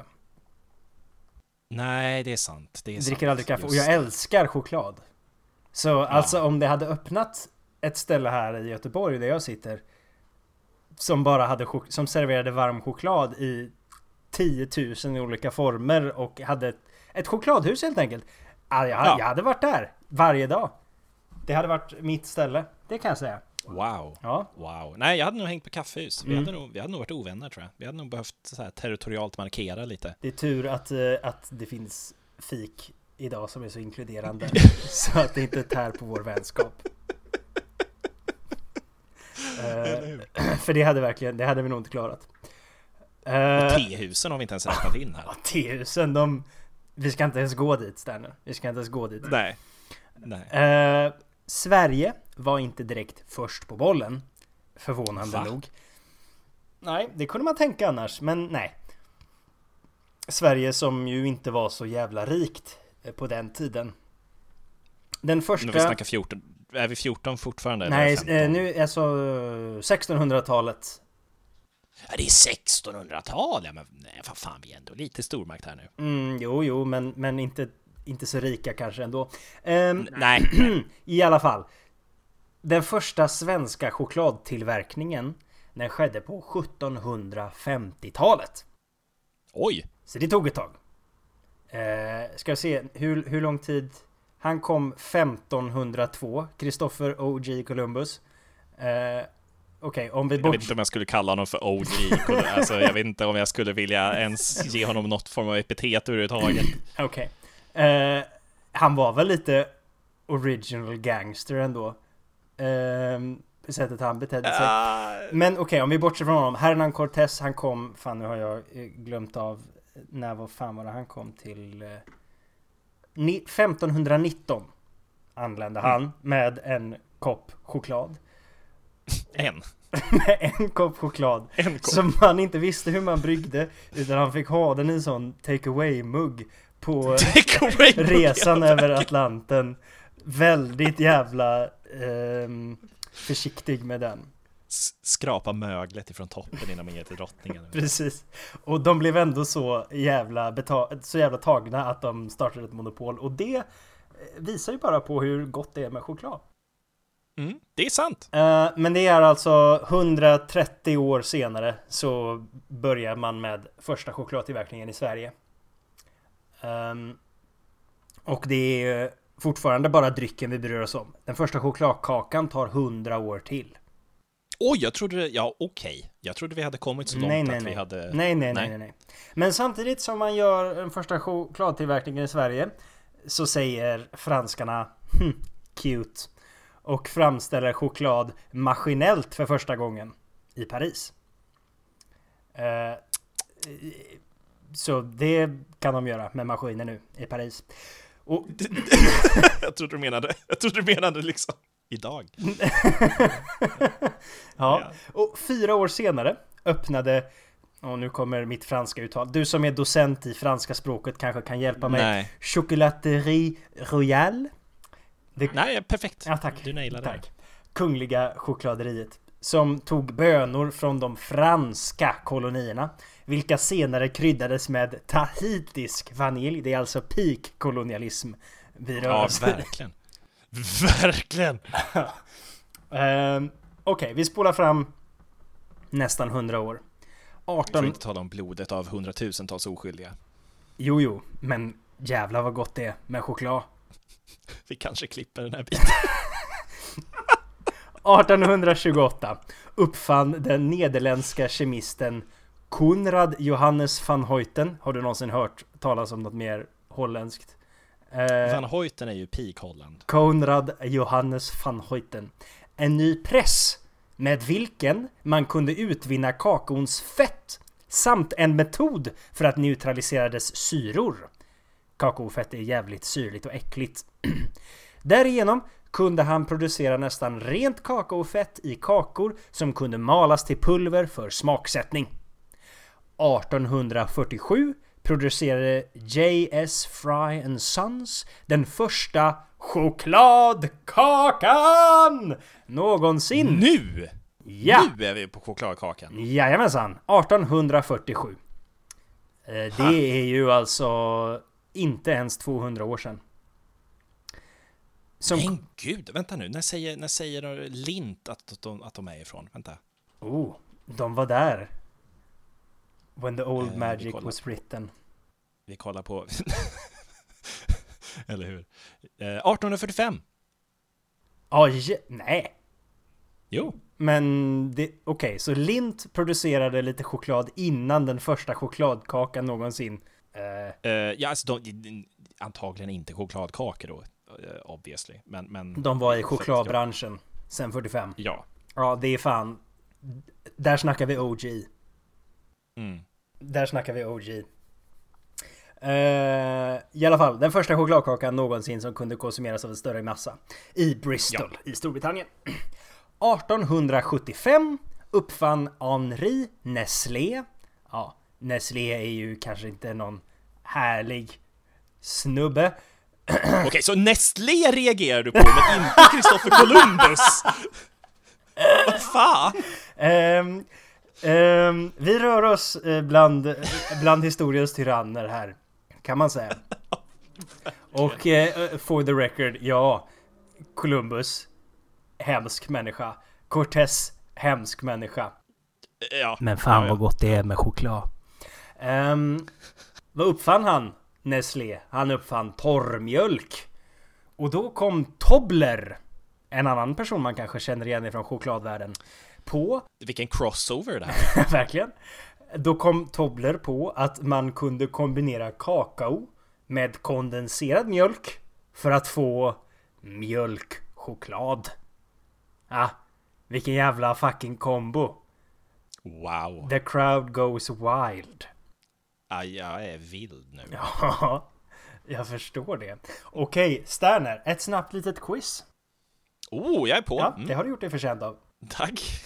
Nej, det är sant. Det är Jag sant. dricker aldrig kaffe och Just jag det. älskar choklad. Så ja. Alltså om det hade öppnat ett ställe här i Göteborg där jag sitter som bara hade chok- som serverade varm choklad i tio tusen olika former och hade ett, ett chokladhus helt enkelt. Ja, jag, Ja. jag hade varit där varje dag. Det hade varit mitt ställe, det kan jag säga. Wow. Ja. Wow. Nej, jag hade nog hängt på kaffehus. Vi, Mm. hade nog, vi hade nog varit ovänner, tror jag. Vi hade nog behövt så här territorialt markera lite. Det är tur att, eh, att det finns fik idag som är så inkluderande så att det inte tär på vår vänskap. Eh, för det hade verkligen, det hade vi nog inte klarat. Eh, Och tehusen har vi inte ens räknat in här. ja, tehusen, de... Vi ska inte ens gå dit där nu. Vi ska inte ens gå dit. Nej. Nej. Eh, Sverige var inte direkt först på bollen. Förvånande Va? nog. Nej, det kunde man tänka annars, men nej. Sverige som ju inte var så jävla rikt eh, på den tiden. Den första... Nu vi snackar fjorton. Är vi fjorton fortfarande? Nej, eller femton? eh, nu är så sextonhundratalet. Ja, det är sextonhundratal. Ja, men nej, vad fan, vi är ändå lite stormakt här nu. Mm, jo, jo, men, men inte, inte så rika kanske ändå. Ehm, Nej. I alla fall. Den första svenska chokladtillverkningen, den skedde på sjuttonhundrafemtiotalet. Oj. Så det tog ett tag. Eh, ska jag se hur, hur lång tid... Han kom femtonhundratvå, Christopher O G Columbus. Eh, Okej, okay, om vi Jag bort... vet inte om jag skulle kalla honom för O G. Alltså, jag vet inte om jag skulle vilja ens ge honom något form av epitet överhuvudtaget. Okej. Okay. Eh, han var väl lite original gangster ändå. Eh, sättet han betedde sig. Uh... Men okej, okay, om vi bortser från honom. Hernan Cortés, han kom... Fan, nu har jag glömt av... När vad fan var det han kom till... Eh, femtonhundranitton anlände han mm. med en kopp choklad. En? Med en kopp choklad. En kopp. Som han inte visste hur man bryggde. Utan han fick ha den i en sån take-away-mugg på take resan över Atlanten. Väldigt jävla eh, försiktig med den. S- skrapa möglet ifrån toppen innan man ger till drottningen. Precis. Och de blev ändå så jävla, beta- så jävla tagna att de startade ett monopol. Och det visar ju bara på hur gott det är med choklad. Mm, det är sant. Uh, men det är alltså hundratrettio år senare så börjar man med första chokladtillverkningen i Sverige. Um, och det är fortfarande bara drycken vi bryr oss om. Den första chokladkakan tar hundra år till. Oj, jag trodde det, ja okej. Okay. Jag trodde vi hade kommit så långt nej, nej, att nej. vi hade... Nej, nej, nej, nej, nej. Men samtidigt som man gör den första chokladtillverkningen i Sverige så säger franskarna hm, cute och framställer choklad maskinellt för första gången i Paris. Uh, så det kan de göra med maskiner nu i Paris. Och... jag trodde du menade, jag trodde du menade liksom idag. Ja, och fyra år senare öppnade, och nu kommer mitt franska uttal. Du som är docent i franska språket kanske kan hjälpa mig. Nej. Chocolaterie Royale. Det... Nej, perfekt. Ja, tack. Du nailade det. Kungliga chokladeriet. Som tog bönor från de franska kolonierna. Vilka senare kryddades med tahitisk vanilj. Det är alltså peak-kolonialism vi rör Ja, oss. verkligen. Verkligen. um, Okej, okay, vi spolar fram nästan hundra år. arton... Jag får inte tala om blodet av hundratusentals oskyldiga. Jo, jo, men jävla vad gott det är med choklad. Vi kanske klipper den här biten. artonhundratjugoåtta uppfann den nederländska kemisten Konrad Johannes van Hoyten. Har du någonsin hört talas om något mer holländskt? Eh, van Hoyten är ju peak Holland. Konrad Johannes van Hoyten. En ny press med vilken man kunde utvinna kakaons fett samt en metod för att neutralisera dess syror. Kakaofett är jävligt syrligt och äckligt. Därigenom kunde han producera nästan rent kakaofett i kakor som kunde malas till pulver för smaksättning. artonhundrafyrtiosju producerade J S Fry and Sons den första chokladkakan någonsin. Nu! Ja. Nu är vi på chokladkakan. Jajamensan, arton fyrtiosju. Det ha. är ju alltså inte ens tvåhundra år sedan. Som... Men gud, vänta nu. När säger, när säger Lindt att de, att de är ifrån? Vänta. Oh, de var där. When the old eh, magic was written. Vi kollar på... Eller hur? Eh, arton fyrtiofem. Oj, nej. Jo. Men okej, okay, så Lindt producerade lite choklad innan den första chokladkakan någonsin. Uh, uh, ja, alltså de, antagligen inte chokladkakor då, uh, obviously. Men, men de var i chokladbranschen sen fyrtiofem. Ja. Ja, det är fan. Där snackar vi O G. Mm. Där snackar vi O G. Uh, I alla fall, den första chokladkakan någonsin som kunde konsumeras av en större massa. I Bristol, ja. i Storbritannien. arton sjuttiofem uppfann Henri Nestlé. Ja, Nestlé är ju kanske inte någon härlig snubbe. Okej, okay, så Nestlé reagerar du på, men inte Christopher Columbus. Vad fan? Um, um, vi rör oss bland, bland historiens tyranner här, kan man säga. Och uh, for the record, ja, Columbus, hemsk människa. Cortés, hemsk människa. Ja. Men fan ja, ja. vad gott det är med choklad. Um, vad uppfann han? Nestlé. Han uppfann torrmjölk. Och då kom Tobler, en annan person man kanske känner igen från chokladvärlden, på... Vilken crossover det här. Verkligen. Då kom Tobler på att man kunde kombinera kakao med kondenserad mjölk för att få mjölkchoklad. Ah, vilken jävla fucking kombo. Wow. The crowd goes wild. Ah, jag är vild nu. Ja, jag förstår det. Okej, Sterner, ett snabbt litet quiz. Oh, jag är på. Ja, det har du gjort dig förtjänt av. Tack.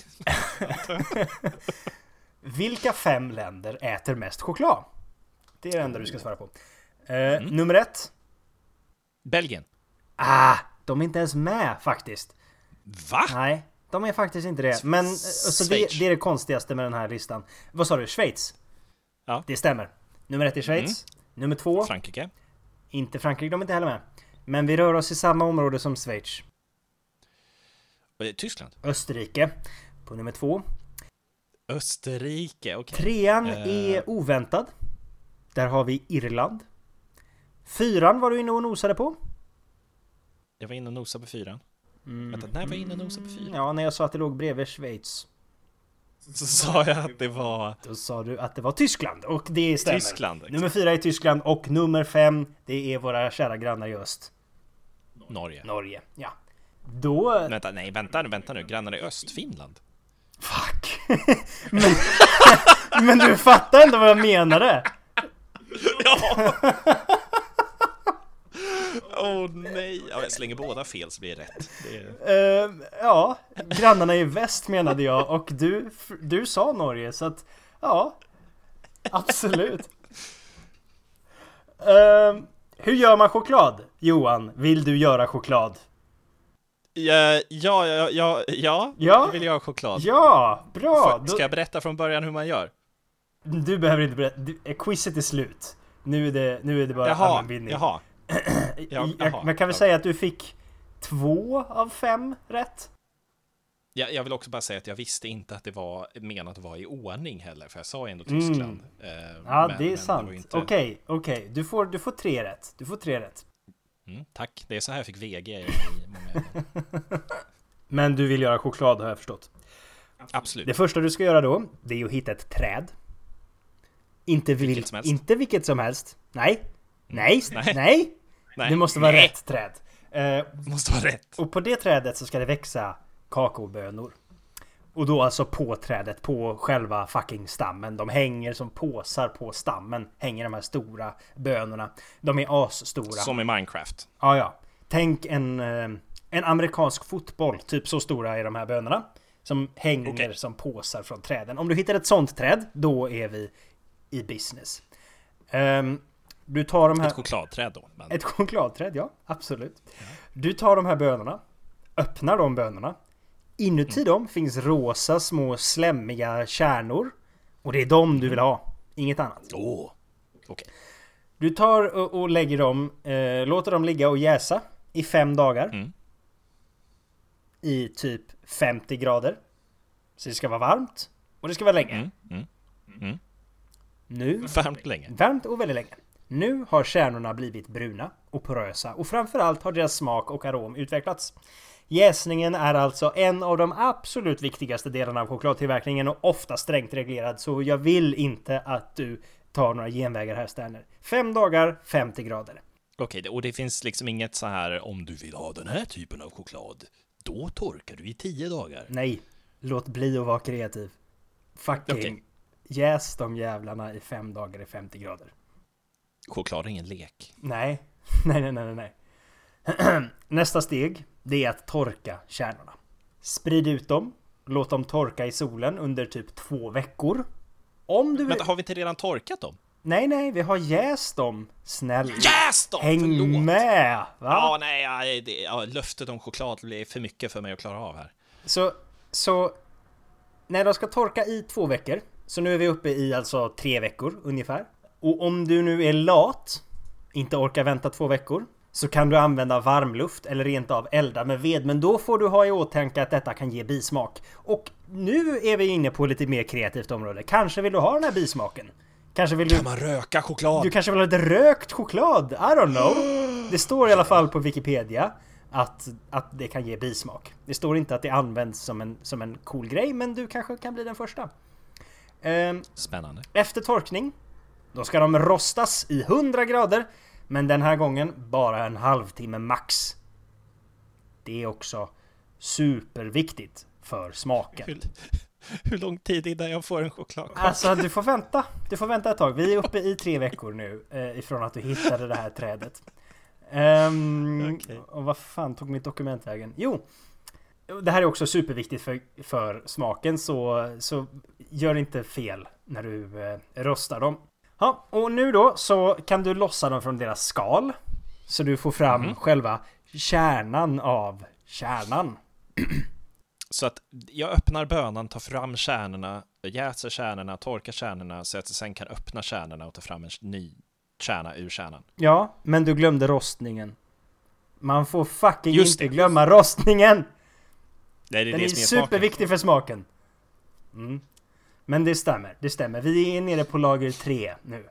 Vilka fem länder äter mest choklad? Det är det enda du ska svara på. Uh, mm. Nummer ett. Belgien. Ah, de är inte ens med faktiskt. Va? Nej, de är faktiskt inte det. Men alltså, det, det är det konstigaste med den här listan. Vad sa du? Schweiz? Ja. Det stämmer. Nummer ett är Schweiz. Mm. Nummer två. Frankrike. Inte Frankrike, de är inte heller med. Men vi rör oss i samma område som Schweiz. Tyskland. Österrike. På nummer två. Österrike, okej. Okay. Trean uh... är oväntad. Där har vi Irland. Fyran var du inne och nosade på? Jag var inne och nosade på fyran. Mm. Vänta, när var jag inne och nosade på fyran? Ja, när jag sa att det låg bredvid Schweiz. Så sa jag att det var... Då sa du att det var Tyskland. Och det stämmer. Tyskland. Nummer fyra är Tyskland. Och nummer fem, det är våra kära grannar i öst. Norge. Norge, ja. Då... Vänta, nej, vänta, vänta nu. Grannar i öst, Finland. Fuck. men, men du fattar ändå vad jag menade. Ja. Åh oh, nej. Ja, jag slänger båda fel så blir det rätt. Det är... uh, ja, grannarna i väst menade jag. Och du, du sa Norge. Så att, ja. Absolut. uh, Hur gör man choklad? Johan, vill du göra choklad? Ja, ja, ja, ja, ja. ja? Jag vill göra choklad. Ja, bra. Ska jag berätta från början hur man gör? Du behöver inte berätta. Quizet är slut. Nu är det, nu är det bara jaha, allmänbildning. Jaha. Ja, jaha. Men kan vi säga att du fick två av fem rätt? Ja, jag vill också bara säga att jag visste inte att det var menat att vara i ordning heller. För jag sa ändå Tyskland. Mm. Eh, ja, men, det är sant. Okej, inte... okej. Okay, okay. Du, får, du får tre rätt. Du får tre rätt. Mm, tack. Det är så här jag fick V G i många... Men du vill göra choklad har jag förstått. Absolut. Det första du ska göra då, det är att hitta ett träd. Inte, vil- vilket, som helst. Inte vilket som helst. Nej. Nej. Nej. Nej. Nej. Det måste vara Nej. rätt träd. Uh, måste vara rätt. Och på det trädet så ska det växa kakaobönor. Och då alltså på trädet, på själva fucking stammen. De hänger som påsar på stammen. Hänger de här stora bönorna. De är asstora. Som i Minecraft. Ja, ja. Tänk en, en amerikansk fotboll. Typ så stora är de här bönorna. Som hänger okay. som påsar från träden. Om du hittar ett sånt träd, då är vi i business. Um, du tar de här... Ett chokladträd då. Men... Ett chokladträd, ja. Absolut. Ja. Du tar de här bönorna, öppnar de bönorna. Inuti mm. dem finns rosa små slämmiga kärnor. Och det är dem du vill ha. Inget annat. Åh, oh. okej. Okay. Du tar och, och lägger dem, eh, låter dem ligga och jäsa i fem dagar. Mm. I typ femtio grader. Så det ska vara varmt. Och det ska vara länge. Mm. Mm. Mm. Nu, varmt länge. Varmt och väldigt länge. Nu har kärnorna blivit bruna och porösa. Och framförallt har deras smak och arom utvecklats. Jäsningen är alltså en av de absolut viktigaste delarna av chokladtillverkningen och ofta strängt reglerad. Så jag vill inte att du tar några genvägar här, Sterner. Fem dagar, femtio grader. Okej, och det finns liksom inget så här, om du vill ha den här typen av choklad, då torkar du i tio dagar. Nej, låt bli att vara kreativ. Fucking okay. Jäs de jävlarna i fem dagar i femtio grader. Choklad är ingen lek. Nej, nej, nej, nej, nej. Nästa steg, det är att torka kärnorna. Sprid ut dem, låt dem torka i solen under typ två veckor. Om du... Men har vi inte redan torkat dem? Nej, nej, vi har jäst dem. Snälla. Jäst dem! Häng Förlåt. med! Va? Ja, nej, ja, det, ja, löftet om choklad blir för mycket för mig att klara av här. Så, så när de ska torka i två veckor, så nu är vi uppe i alltså tre veckor ungefär. Och om du nu är lat, inte orkar vänta två veckor, så kan du använda varmluft eller rent av elda med ved. Men då får du ha i åtanke att detta kan ge bismak. Och nu är vi inne på lite mer kreativt område. Kanske vill du ha den här bismaken. Kanske vill du... Kan man röka choklad? Du kanske vill ha lite rökt choklad. I don't know. Det står i alla fall på Wikipedia att, att det kan ge bismak. Det står inte att det används som en, som en cool grej, men du kanske kan bli den första. Ehm, Spännande. Efter torkning, då ska de rostas i hundra grader. Men den här gången bara en halvtimme max. Det är också superviktigt för smaken. Hur, hur lång tid innan jag får en chokladkaka? Alltså du får vänta. Du får vänta ett tag. Vi är uppe i tre veckor nu eh, ifrån att du hittade det här trädet. Um, okay. Och vad fan tog mitt dokument vägen? Jo, det här är också superviktigt för, för smaken. Så, så gör inte fel när du eh, rostar dem. Ja, och nu då så kan du lossa dem från deras skal. Så du får fram mm. själva kärnan av kärnan. Så att jag öppnar bönan, tar fram kärnorna, jäser kärnorna, torkar kärnorna så att jag sen kan öppna kärnorna och ta fram en ny kärna ur kärnan. Ja, men du glömde rostningen. Man får fucking Just inte det. glömma rostningen. Nej, det är Den det är, som är superviktig smaken. för smaken. Mm. Men det stämmer, det stämmer. Vi är nere på lager tre nu.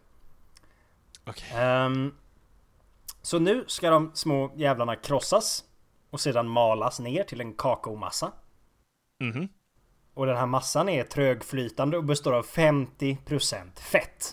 Okay. Um, så nu ska de små jävlarna krossas och sedan malas ner till en kakaomassa. Mhm. Och den här massan är trögflytande och består av femtio procent fett.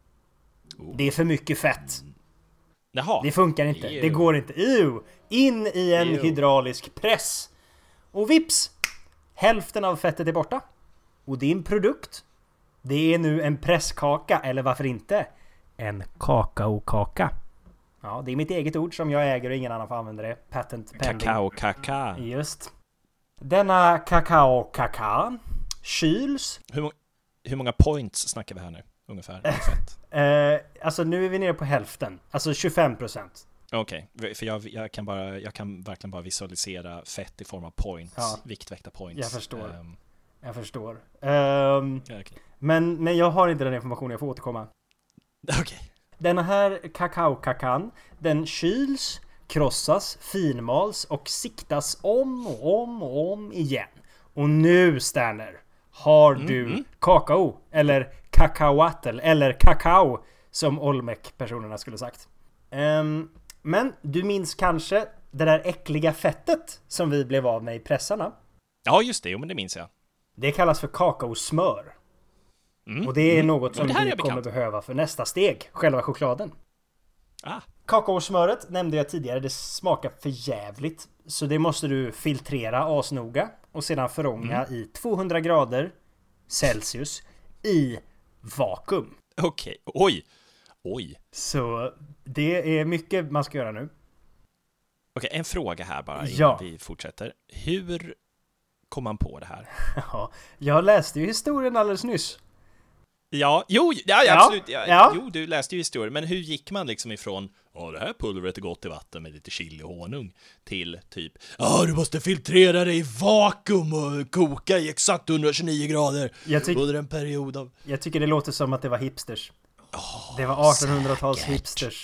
Oh. Det är för mycket fett. Jaha. Det funkar inte. Ew. Det går inte. Ew. In i en Ew. hydraulisk press. Och vips! Hälften av fettet är borta. Och din produkt, det är nu en presskaka, eller varför inte? En kakaokaka. Ja, det är mitt eget ord som jag äger och ingen annan får använda det. Patent pending. Kakaokaka. Just. Denna kakaokaka kyls. Hur, må- hur många points snackar vi här nu? Ungefär. eh, alltså nu är vi nere på hälften. Alltså tjugofem procent. Okej, okay. För jag, jag, kan bara, jag kan verkligen bara visualisera fett i form av points. Ja. Viktväkta points. Jag förstår. Um, jag förstår. Um, ja, okay. men, men jag har inte den informationen, jag får återkomma. Okej. Okay. Den här kakaokakan, den kyls, krossas, finmals och siktas om och om och om igen. Och nu, Sterner, har mm, du mm. kakao, eller kakaoatl, eller kakao, som Olmec-personerna skulle sagt. Um, men du minns kanske det där äckliga fettet som vi blev av med i pressarna? Ja, just det. Jo, men det minns jag. Det kallas för kakaosmör. Mm, och det är mm. något som vi kommer behöva för nästa steg. Själva chokladen. Ah. Kakaosmöret nämnde jag tidigare. Det smakar för jävligt. Så det måste du filtrera asnoga. Och sedan förånga mm. i tvåhundra grader Celsius i vakuum. Okej. Okay. Oj. Oj. Så det är mycket man ska göra nu. Okej, okay, en fråga här bara innan ja. vi fortsätter. Hur kom man på det här? Ja, jag läste ju historien alldeles nyss. Ja, jo, ja, Ja, absolut. Ja, ja. Jo, du läste ju historier. Men hur gick man liksom ifrån ja, det här pulvret är gott i vatten med lite chili och honung till typ ja, du måste filtrera det i vakuum och koka i exakt hundratjugonio grader Jag tyck- under en period av... Jag tycker det låter som att det var hipsters. Oh, Det var artonhundratals hipsters.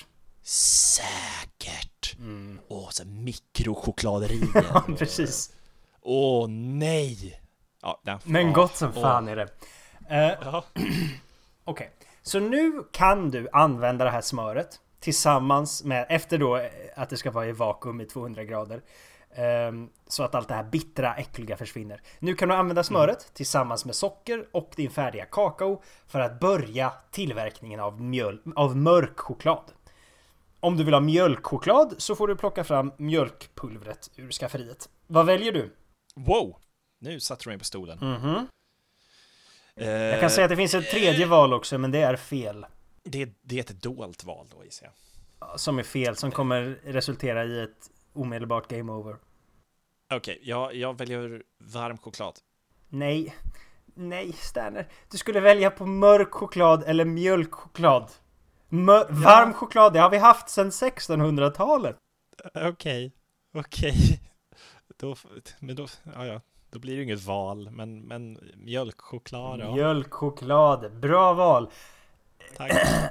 Säkert. Mm. Åh, så mikrochokladerier. Ja, precis. Åh, nej. Ja, nej. Men Åh, gott som åh. fan är det. Uh, Ja. Okej, så nu kan du använda det här smöret tillsammans med, efter då att det ska vara i vakuum i tvåhundra grader. Um, så att allt det här bittra, äckliga försvinner. Nu kan du använda smöret mm. tillsammans med socker och din färdiga kakao för att börja tillverkningen av, mjöl, av mörk choklad. Om du vill ha mjölkchoklad så får du plocka fram mjölkpulvret ur skafferiet. Vad väljer du? Wow, nu satte du mig på stolen. Mhm. Eh, Jag kan säga att det finns ett tredje val också, men det är fel. det, det är ett dolt val då, gissar jag. Som är fel, som kommer resultera i ett omedelbart game over. Okej, okay, jag, jag väljer varm choklad. Nej, nej Sterner. Du skulle välja på mörk choklad eller mjölkchoklad. Mör- ja. Varm choklad, det har vi haft sedan sextonhundratalet. Okej, okay, okej. Okay. Men då, ja, ja. Då blir det inget val, men, men mjölkchoklad, ja. Mjölkchoklad, bra val. Tack.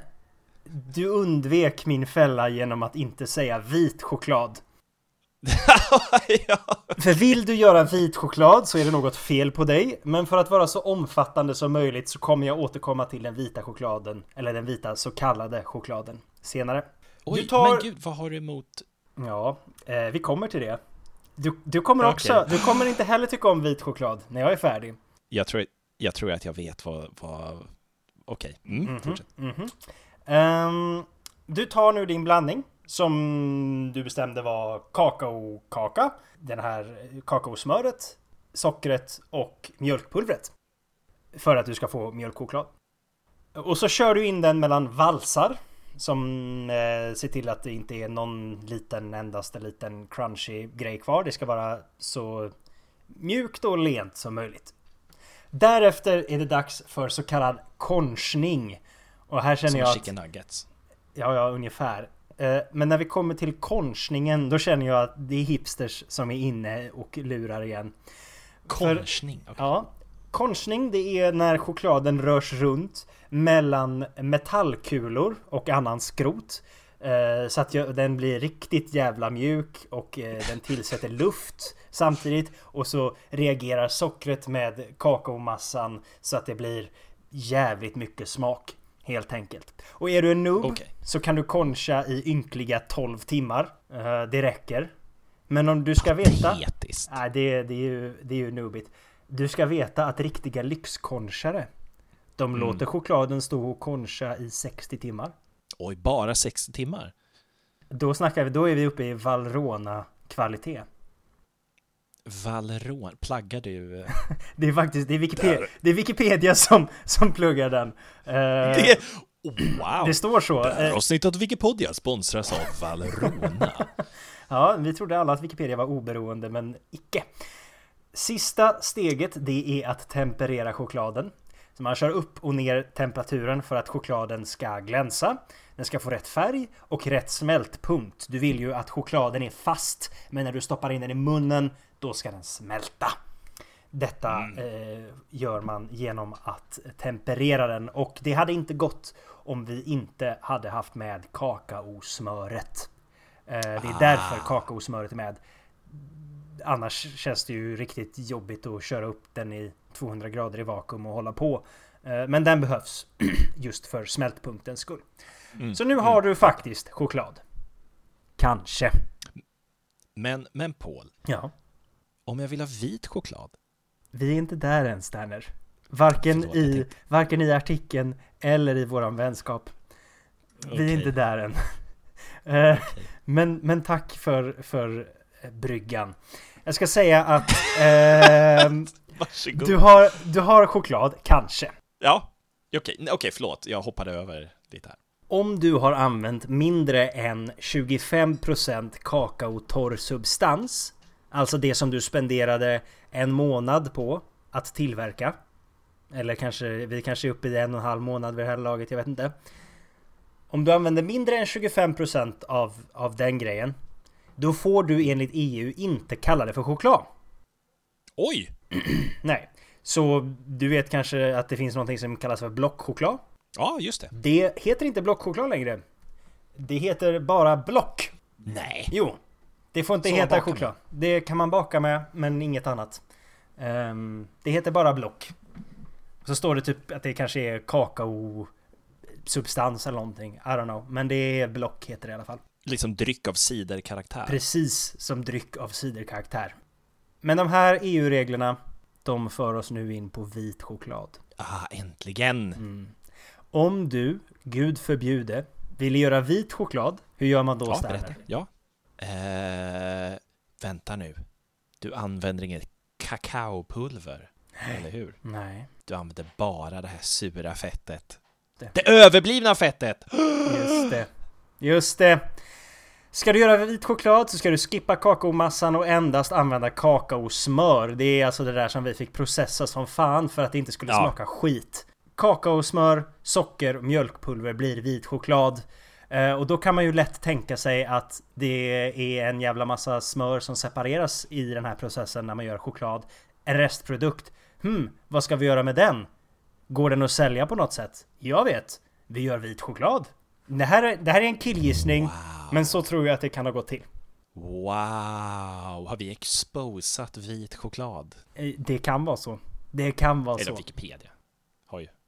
Du undvek min fälla genom att inte säga vit choklad. Ja. För vill du göra vit choklad så är det något fel på dig. Men för att vara så omfattande som möjligt så kommer jag återkomma till den vita chokladen. Eller den vita så kallade chokladen senare. Oj, du tar... men gud, vad har du emot? Ja, eh, vi kommer till det. Du, du kommer också, okay. du kommer inte heller tycka om vit choklad när jag är färdig. Jag tror, jag tror att jag vet vad... vad... Okej, okay. mm, mm-hmm, fortsätt. Mm-hmm. Um, du tar nu din blandning som du bestämde var kakaokaka, den här kakaosmöret, sockret och mjölkpulvret för att du ska få mjölkchoklad. Och så kör du in den mellan valsar som eh, ser till att det inte är någon liten endaste liten crunchy grej kvar. Det ska vara så mjukt och lent som möjligt. Därefter är det dags för så kallad konchning. Och här känner som jag att... chicken nuggets. Ja, ja, ungefär. Men när vi kommer till konchningen, då känner jag att det är hipsters som är inne och lurar igen. Konchning? För, okay. Ja. Konchning, det är när chokladen rörs runt mellan metallkulor och annan skrot. Så att den blir riktigt jävla mjuk och den tillsätter luft samtidigt. Och så reagerar sockret med kakaomassan så att det blir jävligt mycket smak. Helt enkelt. Och är du en noob okay. så kan du koncha i ynkliga tolv timmar. Uh, det räcker. Men om du ska veta... Patetiskt. Nej, det, det är ju, det är ju noobigt. Du ska veta att riktiga lyxkonchare, de mm. låter chokladen stå och koncha i sextio timmar. Oj, bara sextio timmar? Då snackar vi, då är vi uppe i Valrhona-kvalitet. Valrhona, plaggar du? Det är faktiskt, det är Wikipedia, det är Wikipedia som, som pluggar den. Uh, det, wow! Det står så. Det här avsnittet av Wikipedia sponsras av Valrhona. Ja, vi trodde alla att Wikipedia var oberoende, men icke. Sista steget, det är att temperera chokladen. Så man kör upp och ner temperaturen för att chokladen ska glänsa. Den ska få rätt färg och rätt smältpunkt. Du vill ju att chokladen är fast, men när du stoppar in den i munnen, då ska den smälta. Detta mm. eh, gör man genom att temperera den. Och det hade inte gått om vi inte hade haft med kakaosmöret. Eh, det är ah. därför kakaosmöret är med. Annars känns det ju riktigt jobbigt att köra upp den i tvåhundra grader i vakuum och hålla på. Eh, men den behövs just för smältpunktens skull. Mm. Så nu har du faktiskt choklad. Kanske. Men, men Paul. Ja. Om jag vill ha vit choklad. Vi är inte där än, Sterner. Varken, Förlåt, i, varken i artikeln eller i våran vänskap. Vi okay. är inte där än. okay. men, men tack för, för bryggan. Jag ska säga att eh, du, har, du har choklad, kanske. Ja, okej, okay. okay, förlåt. Jag hoppade över lite här. Om du har använt mindre än tjugofem procent kakaotorr substans, alltså det som du spenderade en månad på att tillverka, eller kanske vi kanske är uppe i en och en halv månad vid det här laget, jag vet inte. Om du använder mindre än tjugofem procent av, av den grejen, då får du enligt E U inte kalla det för choklad. Oj! Nej. Så du vet kanske att det finns någonting som kallas för blockchoklad. Ja, just det. Det heter inte blockchoklad längre. Det heter bara block. Nej. Jo. Det får inte Så heta baka choklad. med. Det kan man baka med, men inget annat. Um, det heter bara block. Så står det typ att det kanske är kakao substans eller någonting. I don't know. Men det är block heter det i alla fall. Liksom dryck av ciderkaraktär. Precis som dryck av ciderkaraktär. Men de här E U-reglerna, de för oss nu in på vit choklad. Ah, äntligen! Mm. Om du, Gud förbjude, vill göra vit choklad, hur gör man då, Ja, Sterner? berätta. Ja. Eh, vänta nu. Du använder inget kakaopulver, eller hur? Nej. Du använder bara det här sura fettet. Det. Det överblivna fettet! Just det. Just det. Ska du göra vit choklad så ska du skippa kakaomassan och endast använda kakaosmör. Det är alltså det där som vi fick processa som fan för att det inte skulle Ja. smaka skit. Kakaosmör, socker och mjölkpulver blir vit choklad. Eh, och då kan man ju lätt tänka sig att det är en jävla massa smör som separeras i den här processen när man gör choklad. En restprodukt. Hmm, vad ska vi göra med den? Går den att sälja på något sätt? Jag vet. Vi gör vit choklad. Det här är, det här är en killgissning. Wow. Men så tror jag att det kan ha gått till. Wow! Har vi exposat vit choklad? Eh, Det kan vara så. Det kan vara Eller så. Wikipedia. Har ju.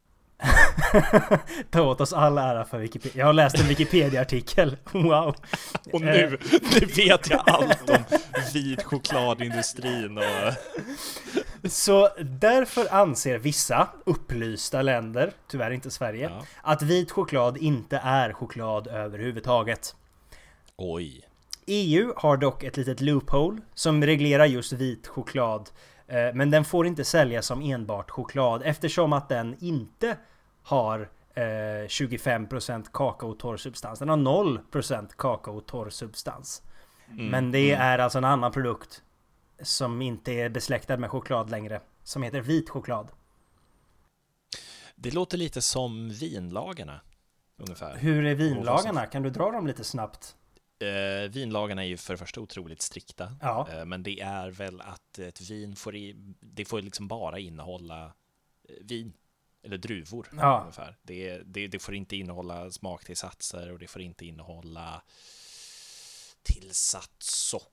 Ta åt oss all ära för Wikipedia. Jag har läst en Wikipedia-artikel. Wow. Och nu, nu vet jag allt om vit chokladindustrin och... Så därför anser vissa upplysta länder, tyvärr inte Sverige, Ja. att vit choklad inte är choklad överhuvudtaget. Oj. E U har dock ett litet loophole som reglerar just vit choklad. Eh, Men den får inte säljas som enbart choklad eftersom att den inte har eh, tjugofem procent kakaotorrsubstans. Den har noll procent kakaotorrsubstans. Mm. Men det mm. är alltså en annan produkt som inte är besläktad med choklad längre. Som heter vit choklad. Det låter lite som vinlagarna. Ungefär. Hur är vinlagarna? Kan du dra dem lite snabbt? Eh, vinlagarna är ju för det första otroligt strikta. Ja. Eh, men det är väl att ett vin får, i, det får liksom bara innehålla eh, vin. Eller druvor. Ja. Ungefär. Det, det, det får inte innehålla smaktillsatser och det får inte innehålla tillsatt socker.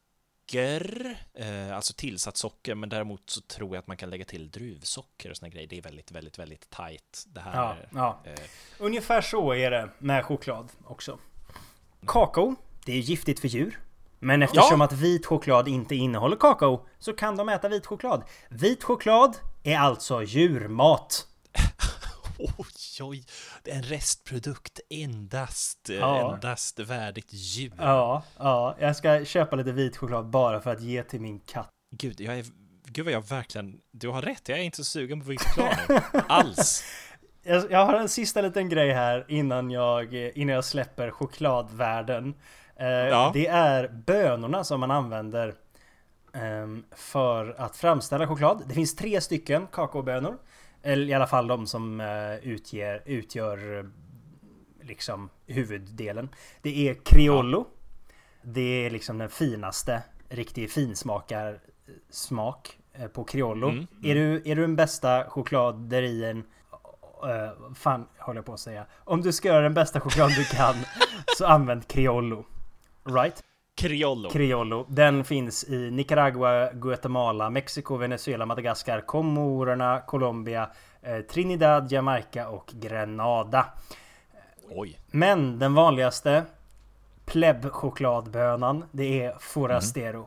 Eh, alltså tillsatt socker, men däremot så tror jag att man kan lägga till druvsocker och såna grejer. Det är väldigt, väldigt, väldigt tajt. Det här Ja, är, ja. eh, Ungefär så är det med choklad också. Kakao, det är giftigt för djur. Men eftersom Ja. att vit choklad inte innehåller kakao så kan de äta vit choklad. Vit choklad är alltså djurmat. Oj, oj, det är en restprodukt endast, eh, Ja. endast värdigt djur. Ja, ja, jag ska köpa lite vit choklad bara för att ge till min katt. Gud, jag är, gud vad jag verkligen, du har rätt, jag är inte så sugen på vit choklad nu. Alls. Jag, jag har en sista liten grej här innan jag, innan jag släpper chokladvärlden. Eh, Ja. Det är bönorna som man använder ehm, för att framställa choklad. Det finns tre stycken kakaobönor. Eller i alla fall de som eh, utger, utgör eh, liksom huvuddelen. Det är Criollo. Det är liksom den finaste, riktigt finsmakar smak eh, på Criollo. Mm, mm. Är, du, är du den bästa chokladderien? Uh, fan håller jag på att säga. Om du ska göra den bästa choklad du kan så använd Criollo. Right? Criollo. Criollo. Den finns i Nicaragua, Guatemala, Mexiko, Venezuela, Madagaskar, Komorerna, Colombia, eh, Trinidad, Jamaica och Grenada. Oj. Men den vanligaste pleb-chokladbönan, det är Forastero.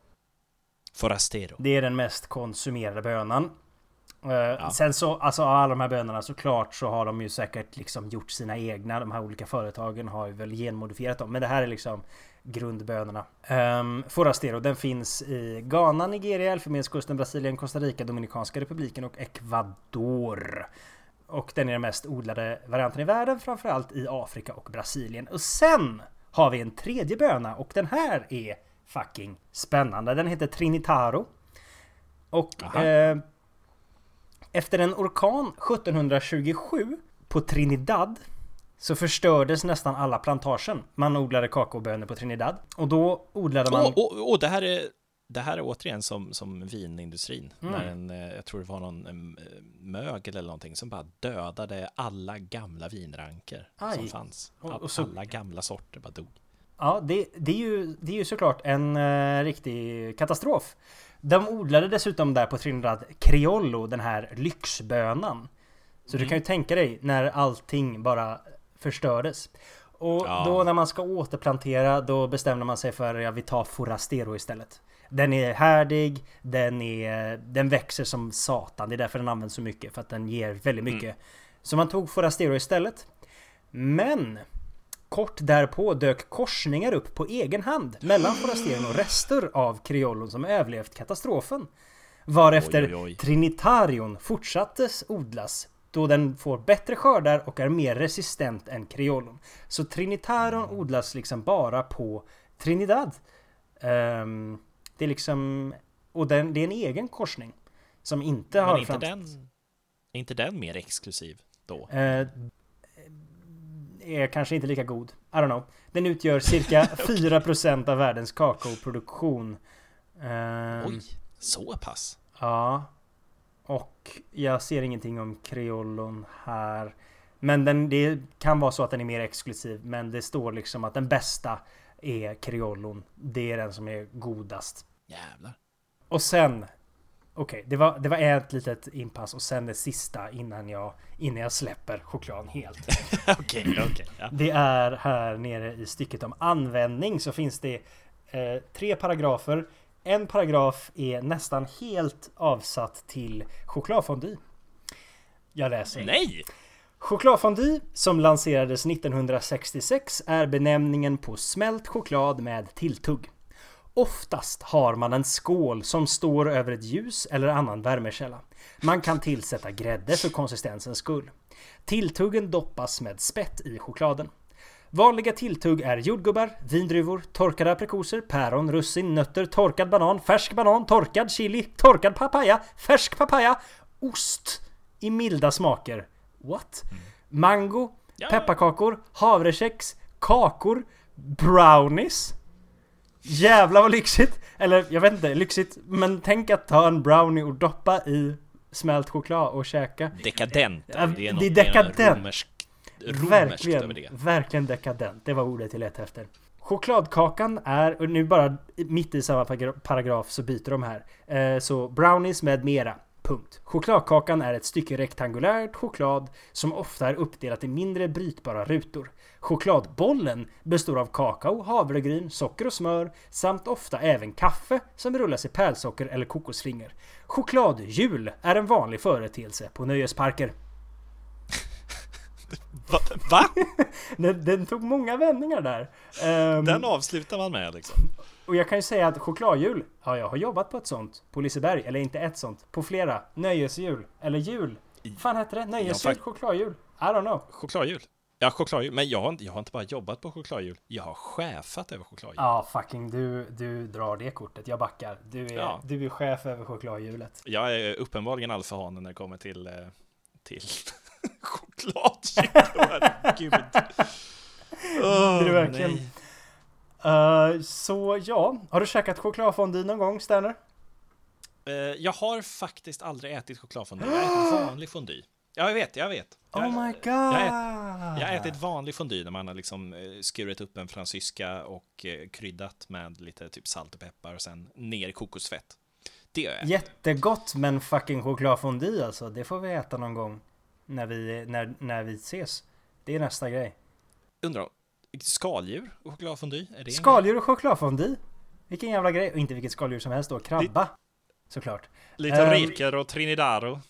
Forastero. Det är den mest konsumerade bönan. Uh, Sen så, alltså alla de här bönorna såklart så har de ju säkert liksom gjort sina egna. De här olika företagen har ju väl genmodifierat dem. Men det här är liksom grundbönorna. Um, Forastero, den finns i Ghana, Nigeria, Elfenbenskusten, Brasilien, Costa Rica, Dominikanska republiken och Ecuador. Och den är den mest odlade varianten i världen, framförallt i Afrika och Brasilien. Och sen har vi en tredje böna och den här är fucking spännande. Den heter Trinitaro. Och eh, Efter en orkan sjuttonhundratjugosju på Trinidad så förstördes nästan alla plantagen. Man odlade kakaobönor på Trinidad. Och då odlade man... Och, och, och det här är... Det här är återigen som, som vinindustrin. Mm. När en, jag tror det var någon en mögel eller någonting som bara dödade alla gamla vinranker Aj. som fanns. All, och så, alla gamla sorter bara dog. Ja, det, det, är, ju, det är ju såklart en uh, riktig katastrof. De odlade dessutom där på Trinidad Criollo, den här lyxbönan. Så mm. du kan ju tänka dig när allting bara förstördes. Och ja. då när man ska återplantera, då bestämmer man sig för att ja, vi tar Forastero istället. Den är härdig, den, är, den växer som satan. Det är därför den används så mycket, för att den ger väldigt mycket. Mm. Så man tog Forastero istället. Men kort därpå dök korsningar upp på egen hand mellan Forastero och rester av Criollon som överlevt katastrofen. Varefter oj, oj, oj. Trinitarion fortsattes odlas, då den får bättre skördar och är mer resistent än Criollon. Så Trinitarion mm. odlas liksom bara på Trinidad. Um, det är liksom... Och den, det är en egen korsning som inte Men har inte den, är inte den mer exklusiv då? Uh, är kanske inte lika god. I don't know. Den utgör cirka fyra procent av världens kakaoproduktion. Um, Oj, så pass? Ja. Och jag ser ingenting om Criollon här. Men den, det kan vara så att den är mer exklusiv. Men det står liksom att den bästa är Criollon. Det är den som är godast. Jävlar. Och sen... Okej, okay, det, var, det var ett litet inpass. Och sen det sista innan jag, innan jag släpper chokladen helt. Okej, okej. Okay, ja. Det är här nere i stycket om användning. Så finns det eh, tre paragrafer. En paragraf är nästan helt avsatt till chokladfondue. Jag läser. Nej! Chokladfondue som lanserades nittonhundrasextiosex är benämningen på smält choklad med tilltugg. Oftast har man en skål som står över ett ljus eller annan värmekälla. Man kan tillsätta grädde för konsistensens skull. Tilltuggen doppas med spett i chokladen. Vanliga tilltugg är jordgubbar, vindruvor, torkade aprikoser, päron, russin, nötter, torkad banan, färsk banan, torkad chili, torkad papaya, färsk papaya, ost i milda smaker. What? Mm. Mango, ja. Pepparkakor, havrekex, kakor, brownies. Jävlar vad lyxigt. Eller jag vet inte, lyxigt. Men tänk att ta en brownie och doppa i smält choklad och käka. Dekadent. Ja, det är, det är dekadent. Romersk, romersk verkligen, över det. Verkligen dekadent. Det var ordet till ett efter. Chokladkakan är, och nu bara mitt i samma paragraf så byter de här. Eh, så brownies med mera. Punkt. Chokladkakan är ett stycke rektangulärt choklad som ofta är uppdelat i mindre brytbara rutor. Chokladbollen består av kakao, havregryn, socker och smör samt ofta även kaffe som rullas i pärlsocker eller kokosflingor. Chokladhjul är en vanlig företeelse på nöjesparker. Va? Va? den, den tog många vändningar där. Um, den avslutar man med liksom. Och jag kan ju säga att chokladhjul, ja jag har jobbat på ett sånt på Liseberg, eller inte ett sånt, på flera nöjeshjul, eller hjul. Fan heter det? Nöjeshjul, ja, chokladhjul. I don't know. Chokladhjul. Ja, chokladhjul. Men jag har, jag har inte bara jobbat på chokladhjul. Jag har chefat över chokladhjul. Ja, fucking, du, du drar det kortet. Jag backar. Du är, ja. du är chef över chokladhjulet. Jag är uppenbarligen alfahanen när det kommer till, till chokladhjul. Gud. Oh, det är verkligen... Nej. Uh, så ja, har du käkat chokladfondue någon gång, Sterner? Uh, jag har faktiskt aldrig ätit chokladfondue. Jag äter vanlig fondue. Ja, jag vet, jag vet. Jag, oh my god! Jag, ät, jag har ätit vanlig fondue när man har liksom skurit upp en fransyska och uh, kryddat med lite typ salt och peppar och sen ner i kokosfett. Det är jättegott, men fucking chokladfondue alltså. Det får vi äta någon gång när vi, när, när vi ses. Det är nästa grej. Undrar skaldjur och chokladfondue? Är det skaldjur och chokladfondue? Vilken jävla grej. Och inte vilket skaldjur som helst då. Krabba. Lite, såklart. Lite um, reker och trinidaro.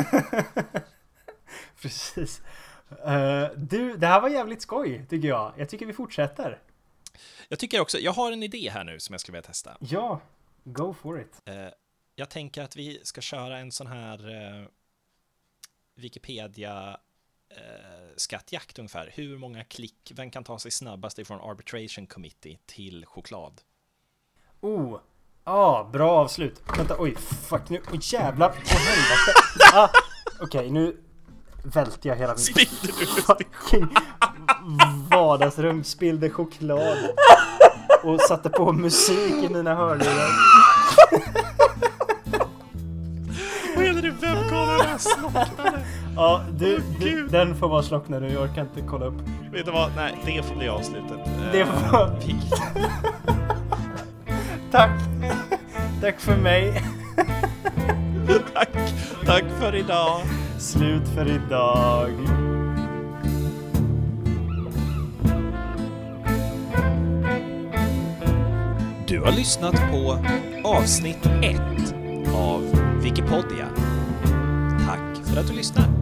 Precis. Uh, du, det här var jävligt skoj, tycker jag. Jag tycker vi fortsätter. Jag tycker också. Jag har en idé här nu som jag skulle vilja testa. Ja, go for it. Uh, jag tänker att vi ska köra en sån här uh, Wikipedia Uh, skattjakt ungefär. Hur många klick, vem kan ta sig snabbast ifrån Arbitration Committee till choklad? Oh, ja, ah, bra avslut. Vänta, oj, fuck nu, oj jävlar, åh helvete. Ah, Okej, nu välter jag hela mitt Spillde du? fucking vardagsrum. Spillde choklad. Och satte på musik i mina hörlurar. Vad är det? Webbkameran slocknade. Ja, du, Åh, du, Gud. den får vara slockna nu. Jag orkar inte kolla upp. Vet du vad? Nej, det får bli avslutet. Det får... Eh, pigg. Tack. Tack för mig. Tack. Tack för idag. Slut för idag. Du har lyssnat på avsnitt ett av Wikipedia. Tack för att du lyssnar.